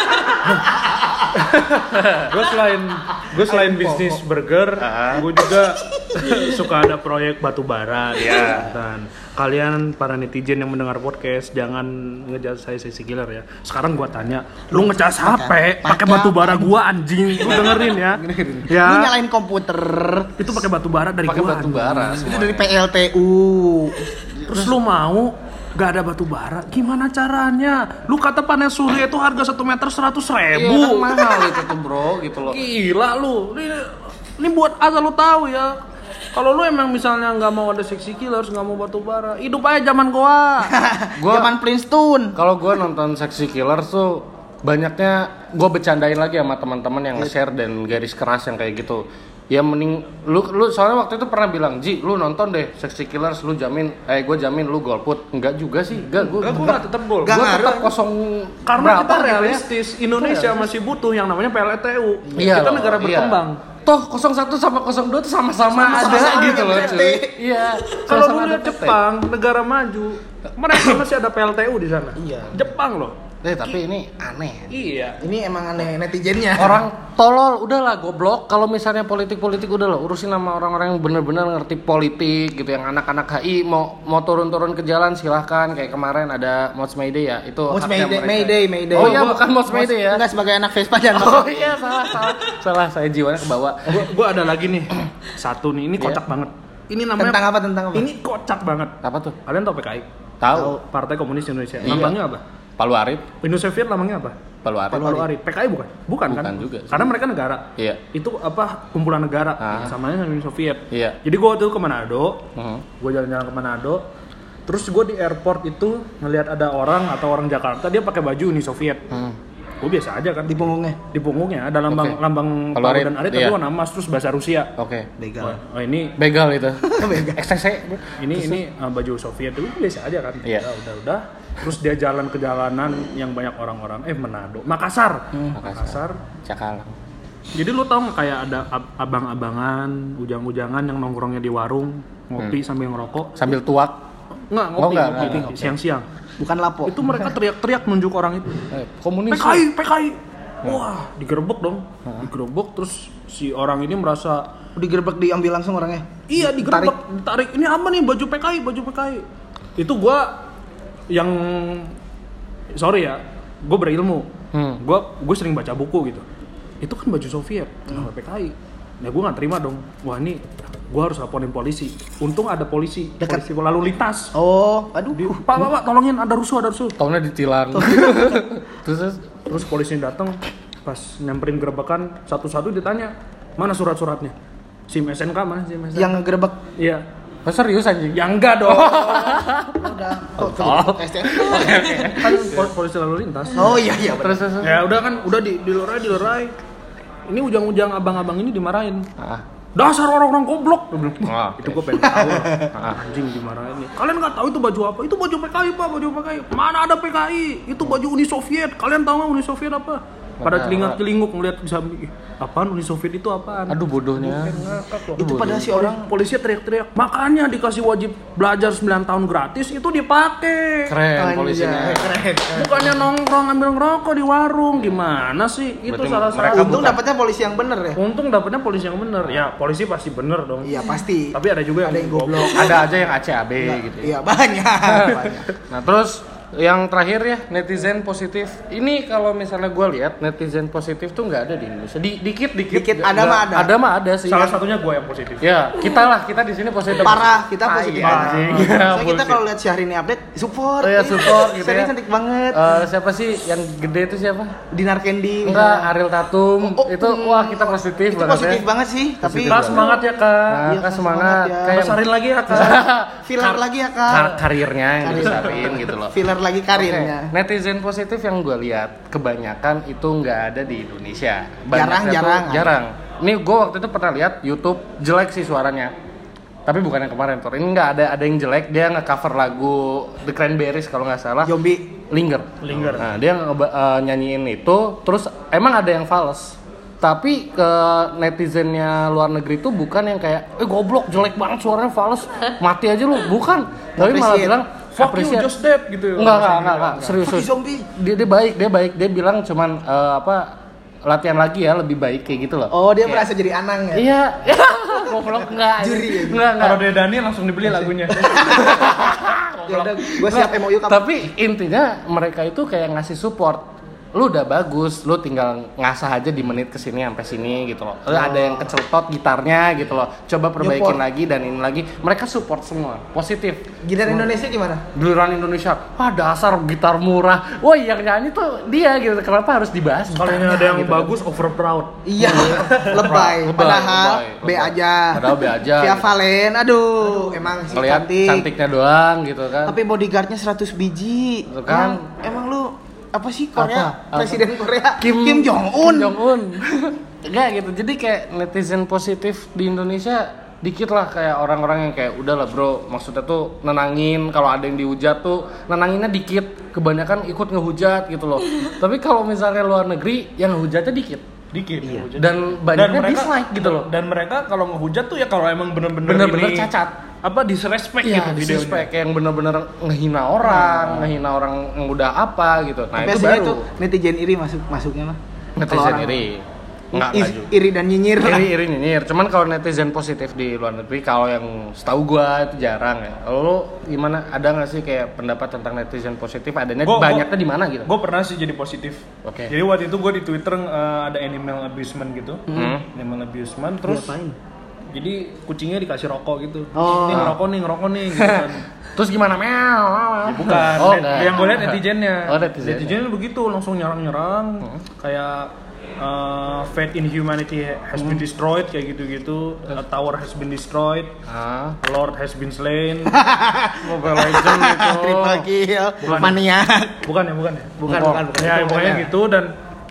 gue selain gue selain bisnis burger, uh-huh. gue juga suka ada proyek batu bara. Yeah. Dan kalian para netizen yang mendengar podcast jangan ngejudge saya Sexy Killer ya. Sekarang gue tanya, lu ngecas H P pakai batu bara gue anjing, lu dengerin ya? Ya. Lu nyalain komputer. Itu pakai batu bara dari Pakai gue. batu bara. Itu dari P L T U. Terus lu mau gak ada batu bara, gimana caranya? Lu kata panel surya itu harga satu meter seratus ribu. Iya kan mahal itu tuh bro, gitu loh. Gila lu, ini, ini buat asal lu tahu ya. Kalau lu emang misalnya nggak mau ada Sexy Killers, nggak mau batu bara, hidup aja zaman gua. Gua zaman Flintstone. Kalau gua nonton Sexy Killers tuh banyaknya gua bercandain lagi sama teman-teman yang nge-share dan garis keras yang kayak gitu. Ya mending lu lu soalnya waktu itu pernah bilang, "Ji, lu nonton deh Sexy Killers, lu jamin eh gue jamin lu golput." Enggak juga sih. Enggak, gue gue enggak tetap gol. Gue tetap kosong karena kita gitu realistis. Ya? Indonesia masih butuh yang namanya P L T U. Iya Kita loh, negara berkembang. Iya. Toh nol satu sama nol dua tuh sama-sama, sama-sama ada gitu loh, cuy. Iya. Kalau lu lihat Jepang, negara maju, mereka masih ada P L T U di sana. Iya. Jepang loh. Eh tapi ini aneh. Iya. Ini emang aneh netizennya. Orang tolol, udahlah goblok. Kalau misalnya politik-politik udahlah urusin sama orang-orang yang benar-benar ngerti politik gitu, yang anak-anak H I mau mau turun-turun ke jalan silahkan. Kayak kemarin ada Mods Mayday ya, itu Mods Mayday, Mayday, Mayday. Oh iya, bukan Mods Mayday ya. Enggak, sebagai anak Vespa jangan. Oh iya, salah, salah. Salah, saya jiwanya kebawa. Gua gua ada lagi nih. Satu nih, ini kocak yeah. banget. Ini namanya Tentang apa? Tentang apa? Ini kocak banget. Apa tuh? Kalian tahu P K I? Tahu. Partai Komunis Indonesia. Iya. Lambangnya apa? Palu Arit. Indonesia Soviet lambangnya apa? Palu Arit. Palu Arit. P K I bukan? Bukan, Bukan kan? juga. Karena mereka negara. Iya. Itu apa? Kumpulan negara. Ah. Samanya sama Uni Soviet. Iya. Jadi gue waktu itu ke Manado. Uh-huh. Gue jalan-jalan ke Manado. Terus gue di airport itu ngelihat ada orang atau orang Jakarta dia pakai baju Uni Soviet. Hmm. Gue biasa aja kan. Di punggungnya. Di punggungnya ada lambang Okay. lambang Palu Palu Arit, dan Arit, iya. tapi warna emas terus bahasa Rusia. Oke. Begal. Oh, oh ini Begal itu. X T C. ini ini uh, baju Soviet itu biasa aja kan. Iya. Udah, udah udah. Terus dia jalan ke jalanan yang banyak orang-orang. Eh Manado, Makassar. Hmm. Makassar. Cakalang. Jadi lu tau nggak kayak ada ab- abang-abangan, ujang-ujangan yang nongkrongnya di warung ngopi Hmm. sambil ngerokok. Sambil tuak. Nggak Oh, ngopi, nggak, ngopi, nggak, nggak. siang-siang. Bukan lapo. Itu mereka teriak-teriak nunjuk orang itu. Eh, komunis. P K I, P K I. Wah, digerebek dong. Digerebek terus si orang ini merasa Digerebek, diambil langsung orangnya. iya digerebek, ditarik. Ini apa nih baju P K I, baju P K I. Itu gua yang sorry ya, gue berilmu. Hmm. Gue gue sering baca buku gitu. Itu kan baju Soviet, kenapa P K I? Ya gue nggak terima dong. Wah ini gue harus laporin polisi. Untung ada polisi, Dekat. polisi lalu lintas. Oh, aduh. Di, pak, pak, pak, tolongin ada rusuh, ada rusuh. Taunya ditilang. Terus Terus polisinya datang, pas nyamperin gerebekan satu-satu ditanya, mana surat-suratnya? SIM S N K mana SIM S N K? Yang ngegerebek. Iya. oh, serius anjing? Ya enggak dong. Udah. Oh, Oh. S T N. Kan pol- polisi lalu lintas. Oh iya iya. Terus terus. Ya udah kan, udah di dilerai, dilerai. Ini ujang-ujang abang-abang ini dimarahin. Ah. Dasar orang-orang goblok. Dia bilang, Ah, itu gue pengen tahu. Ah. Anjing dimarahin nih. Kalian nggak tahu itu baju apa? Itu baju P K I, Pak, baju P K I. Mana ada P K I? Itu baju Uni Soviet. Kalian tahu nggak Uni Soviet apa? Pada Mana? celingak-celinguk ngeliat bisa apaan Uni Soviet itu apaan? Aduh bodohnya. Ngakak loh. Itu pada si orang Polisi teriak-teriak, makanya dikasih wajib belajar sembilan tahun gratis itu dipakai. Keren polisinya. Keren. Bukannya nongkrong ambil ngerokok di warung, gimana sih? Itu Berarti salah mereka satu. Untung bukan. dapatnya polisi yang bener ya. Untung dapetnya polisi yang bener. Ya polisi pasti bener dong. Iya pasti. Tapi ada juga Ada yang goblok. Ada aja yang A C A B gitu. Iya banyak. banyak. Nah terus yang terakhir ya netizen positif. Ini kalau misalnya gue lihat netizen positif tuh nggak ada di Indonesia. Di, dikit dikit. Dikit, Nggak- ada mah ada. Ada mah ada sih. Salah satunya gue yang positif. Ya kita lah kita di sini positif. Parah, kita Ah, positif. iya, anjing. Soalnya kita Bullshit. kalau lihat Syahrini update support. Oh, iya, support gitu Syahrini ya. cantik banget. Eh, siapa sih yang gede itu siapa? Dinar Candy. Enggak, Ariel Tatum. Oh, oh, itu hmm. wah kita positif Itu banget positif ya. banget sih, tapi Kak semangat ya kak. Nah, Iya, Kak Kak, semangat. semangat ya. Kayak Besarin lagi ya kak. filler lagi ya kak. kar- karirnya yang Karir. dibesarin gitu loh. Filler lagi karirnya. Oke, Netizen positif yang gue lihat kebanyakan itu nggak ada di Indonesia. Jarang, Banyaknya tuh jarang. jarang. Ini gue waktu itu pernah lihat YouTube jelek sih suaranya. Tapi bukan yang kemarin tuh. Ini nggak ada ada yang jelek. Dia nge-cover lagu The Cranberries kalau nggak salah. Zombie. Linger. Linger. Nah, dia nge- uh, nyanyiin itu. Terus emang ada yang fals. Tapi ke netizennya luar negeri itu bukan yang kayak, eh goblok jelek banget suaranya fals, mati aja lu. Bukan. Tapi malah Appreciate. bilang, Fuck you, appreciate. just that gitu. Enggak, enggak, enggak, enggak, serius, Fuck you, serius. zombie. Dia, dia baik, dia baik. Dia bilang cuman eh, apa latihan lagi ya, lebih baik kayak gitu loh. Oh dia Kayak- merasa jadi anang ya. Iya. Goblok enggak. Juri ya? Enggak, enggak. Kalau dia Dani langsung dibeli lagunya. Ya udah, gue siap M O U kapan. Tapi intinya mereka itu kayak ngasih support. Lu udah bagus, lu tinggal ngasah aja di menit kesini sampai sini gitu loh. Lu ada yang kecelotot gitarnya gitu loh. Coba perbaikin Support. lagi dan ini lagi. Mereka support semua, positif. Gitar Indonesia gimana? Giliran Indonesia, ah dasar gitar murah. Woi yang nyanyi tuh dia gitu. Kenapa harus dibahas? Kalau gitarnya ada yang gitu. bagus, over proud. Iya, lebay. Lebay, Padahal lebay, B lebay. aja. Padahal B aja, Via gitu. Valen, aduh, emang sih Ngeliat cantik. cantiknya doang gitu kan. Tapi bodyguardnya seratus biji. Tuh kan. Emang, emang lu apa sih Korea? Apa? Presiden Korea Kim, Kim Jong Un. Kim Jong Un. Enggak gitu. Jadi kayak netizen positif di Indonesia dikit lah, kayak orang-orang yang kayak udahlah bro, maksudnya tuh nenangin kalau ada yang dihujat tuh nenanginnya dikit. Kebanyakan ikut ngehujat gitu loh. Tapi kalau misalnya luar negeri yang ngehujatnya dikit. Dikit. Iya. ngehujat. Dan banyaknya dislike gitu loh. Dan mereka kalau ngehujat tuh ya kalau emang bener-bener Bener-bener ini- cacat. Apa disrespect Iya, gitu disrespect yang bener-bener ngehina orang, ngehina orang yang udah apa gitu. Nah, itu Biasanya baru itu netizen iri masuk masuknya mah. Kalau netizen orang iri. Enggak, is- enggak juga. iri dan nyinyir lah. Iri iri nyinyir. Cuman kalau netizen positif di luar negeri, kalau yang setahu gua itu jarang ya. Kalau lu gimana? Ada nggak sih kayak pendapat tentang netizen positif? Adanya Gua- banyaknya di mana gitu? Gue pernah sih jadi positif. Oke. Jadi waktu itu gue di Twitter eh, ada animal abusement gitu. Hmm. Animal abusement terus Diapain? jadi kucingnya dikasih rokok gitu. Oh. Ini ngerokok nih, ngerokok nih gitu kan. Terus gimana? Meow. Ya, bukan. Oh, Net- enggak. yang gue lihat netizennya. Oh, netizennya. Netizennya begitu langsung nyerang-nyerang kayak uh, faith in humanity has been destroyed kayak gitu-gitu. A tower has been destroyed. Ah, A Lord has been slain. Mobile Legends gitu. Triple kill, Bukan. maniak. Bukan ya, bukan ya. Bukan, Oh. bukan, bukan. Ya, Itu pokoknya bukannya. gitu dan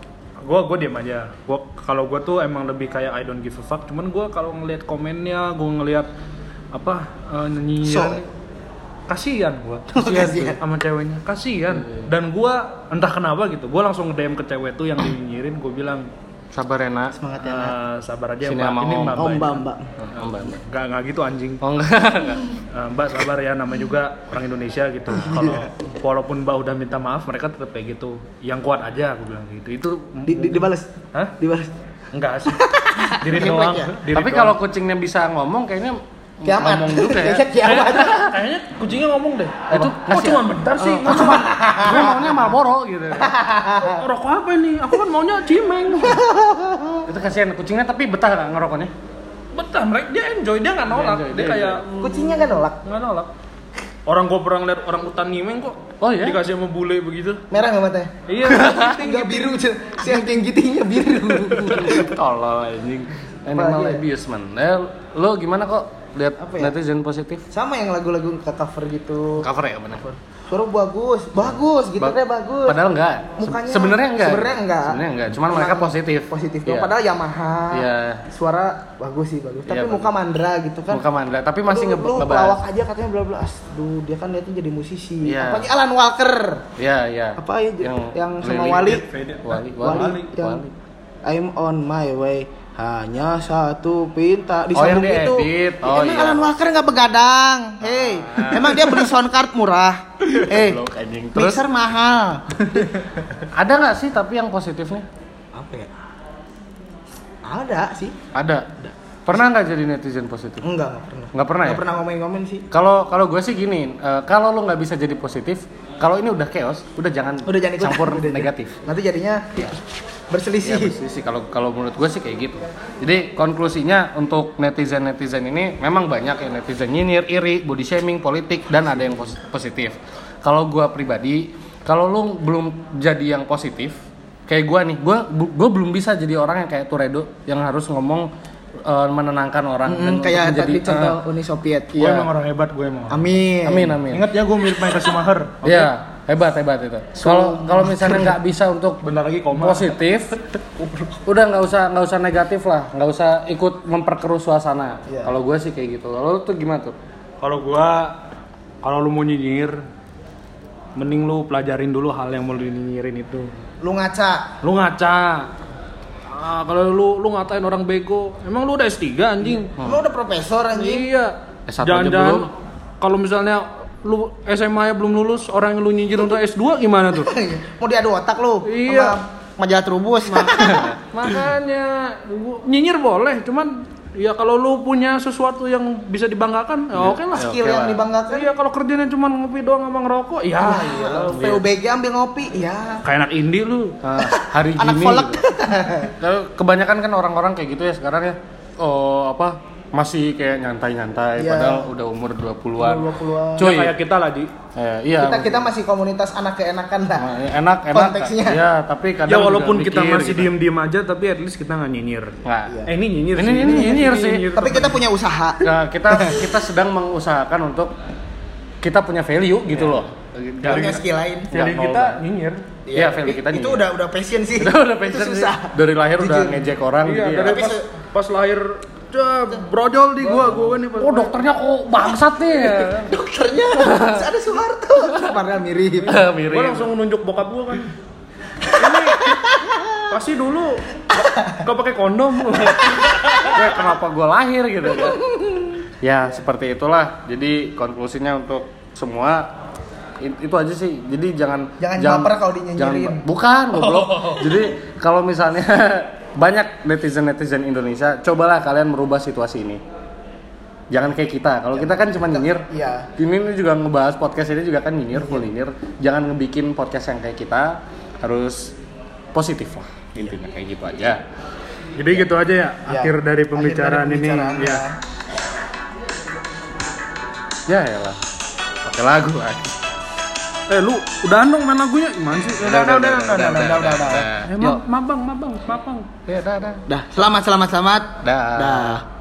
gue gue diam aja. Gue kalau gue tuh emang lebih kayak I don't give a fuck. Cuman gue kalau ngelihat komennya, gue ngelihat apa uh, nyinyir, So. kasihan gue. Kasihan. Sama ceweknya, kasihan. Dan gue entah kenapa gitu, gue langsung nge-D M ke cewek tuh yang dinyinyirin. Gue bilang Sabar Rena. Semangat ya. Nak. "Eh, sabar aja Sini mbak. sama Ini Om. mbak Oh, mbak. Mbak, Mbak. Oh, Mbak. Gak nggak gitu anjing. Oh enggak. enggak. Eh, mbak sabar ya, namanya juga orang Indonesia gitu. Kalau walaupun mbak udah minta maaf, mereka tetap kayak gitu. Yang kuat aja, aku bilang gitu. Itu Di, di, dibalas. Hah? Dibalas. Enggak sih. Diri Geblek doang. ya? Diri Tapi doang. kalau kucingnya bisa ngomong kayaknya Kiamat. ngomong juga ya. Kayaknya kiamat. Kayaknya, kayaknya kucingnya ngomong deh. Itu kok ngasih- cuma bentar sih? Kok cuma gue maunya Marlboro gitu. Rokok apa ini? Aku kan maunya cimeng. Itu kasihan kucingnya tapi betah nggak ngerokoknya? Betah, mereka dia enjoy, dia nggak nolak, Dia dia, enjoy, dia kayak Kucingnya kan nolak. nggak nolak. Orang gue pernah lihat orang hutan nyimeng kok. Oh, iya? Dikasih sama bule begitu. Merah nggak matanya? Iya. Enggak biru, si yang tinggi-tingginya biru. Tolol anjing. Animal Apalagi ya? abusement. Eh, lo gimana kok lihat Apa ya? netizen positif? Sama yang lagu-lagu ke cover gitu. Cover ya benar. Suara bagus, bagus, gitarnya Ba- bagus. Padahal enggak. Mukanya Sebenarnya enggak. Sebenarnya enggak. Sebenarnya enggak. Cuman mereka positif. Positif Iya. dong. Padahal Yamaha. Iya. Suara bagus sih, bagus. Tapi Iya, muka bagus. mandra gitu kan. Muka mandra, tapi masih Lu- nge- lu ngebahas. pelawak aja katanya bla bla. Aduh, dia kan lihatnya jadi musisi. Iya. Apalagi Alan Walker. Iya, iya. Apa ya yang sama Lily. Wali? Wali, Wali, Wali, yang Wali. I'm on my way. Hanya satu pinta Oh, yang disambung itu. diedit. Oh, emang iya. Alan Walker nggak begadang. Hei, emang dia beli sound card murah. Eh, Goblok, anjing. Terus mixer mahal. ada nggak sih tapi yang positifnya? Apa ya? Ada sih. Ada. Pernah nggak jadi netizen positif? Enggak, enggak pernah. Nggak pernah ya? Nggak pernah ngomong-ngomong sih. Kalau kalau gue sih gini, eh, kalau lo nggak bisa jadi positif, kalau ini udah chaos, udah jangan, Udah jangan ikut. campur Udah, negatif. Nanti jadinya Iya, berselisih. bersih kalau kalau menurut gue sih kayak gitu. Jadi konklusinya untuk netizen netizen ini memang banyak ya netizen nyinyir, iri, body shaming, politik dan ada yang pos- positif. Kalau gue pribadi, kalau lo belum jadi yang positif, kayak gue nih, gue gue belum bisa jadi orang yang kayak Turedo yang harus ngomong eh, menenangkan orang Mm, dan kayak untuk tadi menjadi, contoh eh, Uni Soviet. Gue Iya. emang orang hebat, gue emang. Amin. amin amin. Ingat ya gue mirip Michael Schumacher. Oke? Iya, hebat hebat itu. Kalau kalau misalnya nggak bisa untuk Bentar lagi koma. positif, udah nggak usah nggak usah negatif lah, nggak usah ikut memperkeruh suasana. Iya. Kalau gue sih kayak gitu. Kalau lu tuh gimana tuh? Kalau gua, kalau lu mau nyinyir, mending lu pelajarin dulu hal yang mau lu nyinyirin itu. Lu ngaca. Lu ngaca. Ah, kalau lu lu ngatain orang bego, emang lu udah S tiga anjing? Lu udah profesor anjing. Iya. S satu aja belum. Jangan-jangan kalau misalnya lu S M A ya belum lulus, orang yang lu nyinjir untuk S dua gimana tuh? Mau diadu otak lu. Iya. Sama majalah Trubus. Makanya gua- nyinyir boleh, cuman ya kalau lu punya sesuatu yang bisa dibanggakan, ya oke lah. Skill Oke yang lah. dibanggakan. Iya, kalau kerjanya cuma ngopi doang sama ngerokok, ya iya. P U B G ambil ngopi. Ya. Kayak anak indie lu. Ah, hari Anak gini. volek. Gitu. Kalau kebanyakan kan orang-orang kayak gitu ya sekarang ya. Oh apa? Masih kayak nyantai-nyantai Iya. padahal udah umur dua puluhan. dua puluhan. Cuy. Ya, kayak kita lah, Di. Eh, iya. Kita kita masih komunitas anak keenakan lah. Nah, enak enak. Konteksnya. Iya, tapi kadang Ya walaupun juga kita mikir masih gitu. diem-diem aja, tapi at least kita nggak nyinyir. Nggak. Iya. Eh ini nyinyir Ini- sih. ini nyinyir sih. Tapi kita punya usaha. Nah, kita kita sedang mengusahakan untuk kita punya value gitu loh. Punya skill lain. Value Nggak kita nol. nyinyir. Iya, value kita Itu nyinyir. udah udah passion sih. Udah udah Itu passion sih. susah. Dari lahir udah Jujur. ngejek orang Iya, gitu ya. dari Tapi pas, se- pas lahir, dah, brojol di gua, gua nih pas Oh, dokternya kok bangsat nih. Dokternya ada Soeharto. Padahal mirip. Mirip. Gua langsung nunjuk bokap gua kan. Ini pasti dulu gak pakai kondom. Ya, kenapa gue lahir gitu kan. Ya seperti itulah. Jadi konklusinya untuk semua i- itu aja sih. Jadi jangan Jangan baper kalau dinyinyirin. jangan- bukan goblok. Jadi kalau misalnya banyak netizen-netizen Indonesia, cobalah kalian merubah situasi ini. Jangan kayak kita. Kalau kita kan cuma nyinyir. Iya. Ini nih juga ngebahas podcast ini juga kan nyinyir, full nyinyir. Jangan ngebikin podcast yang kayak kita. Harus positif lah. Intinya kayak gitu aja. Jadi gitu aja ya, Ya, akhir dari akhir pembicaraan dari ini. pembicaraan, Ya. Ya elah. Pakai lagu lagi. Eh lu udah dong main lagunya gimana sih? Udah, udah, udah, udah, udah, udah, udah, udah. Eh, ma- mabang, mabang, mabang. Ya, dah, dah. Dah, selamat, selamat, selamat. Dah. Dah.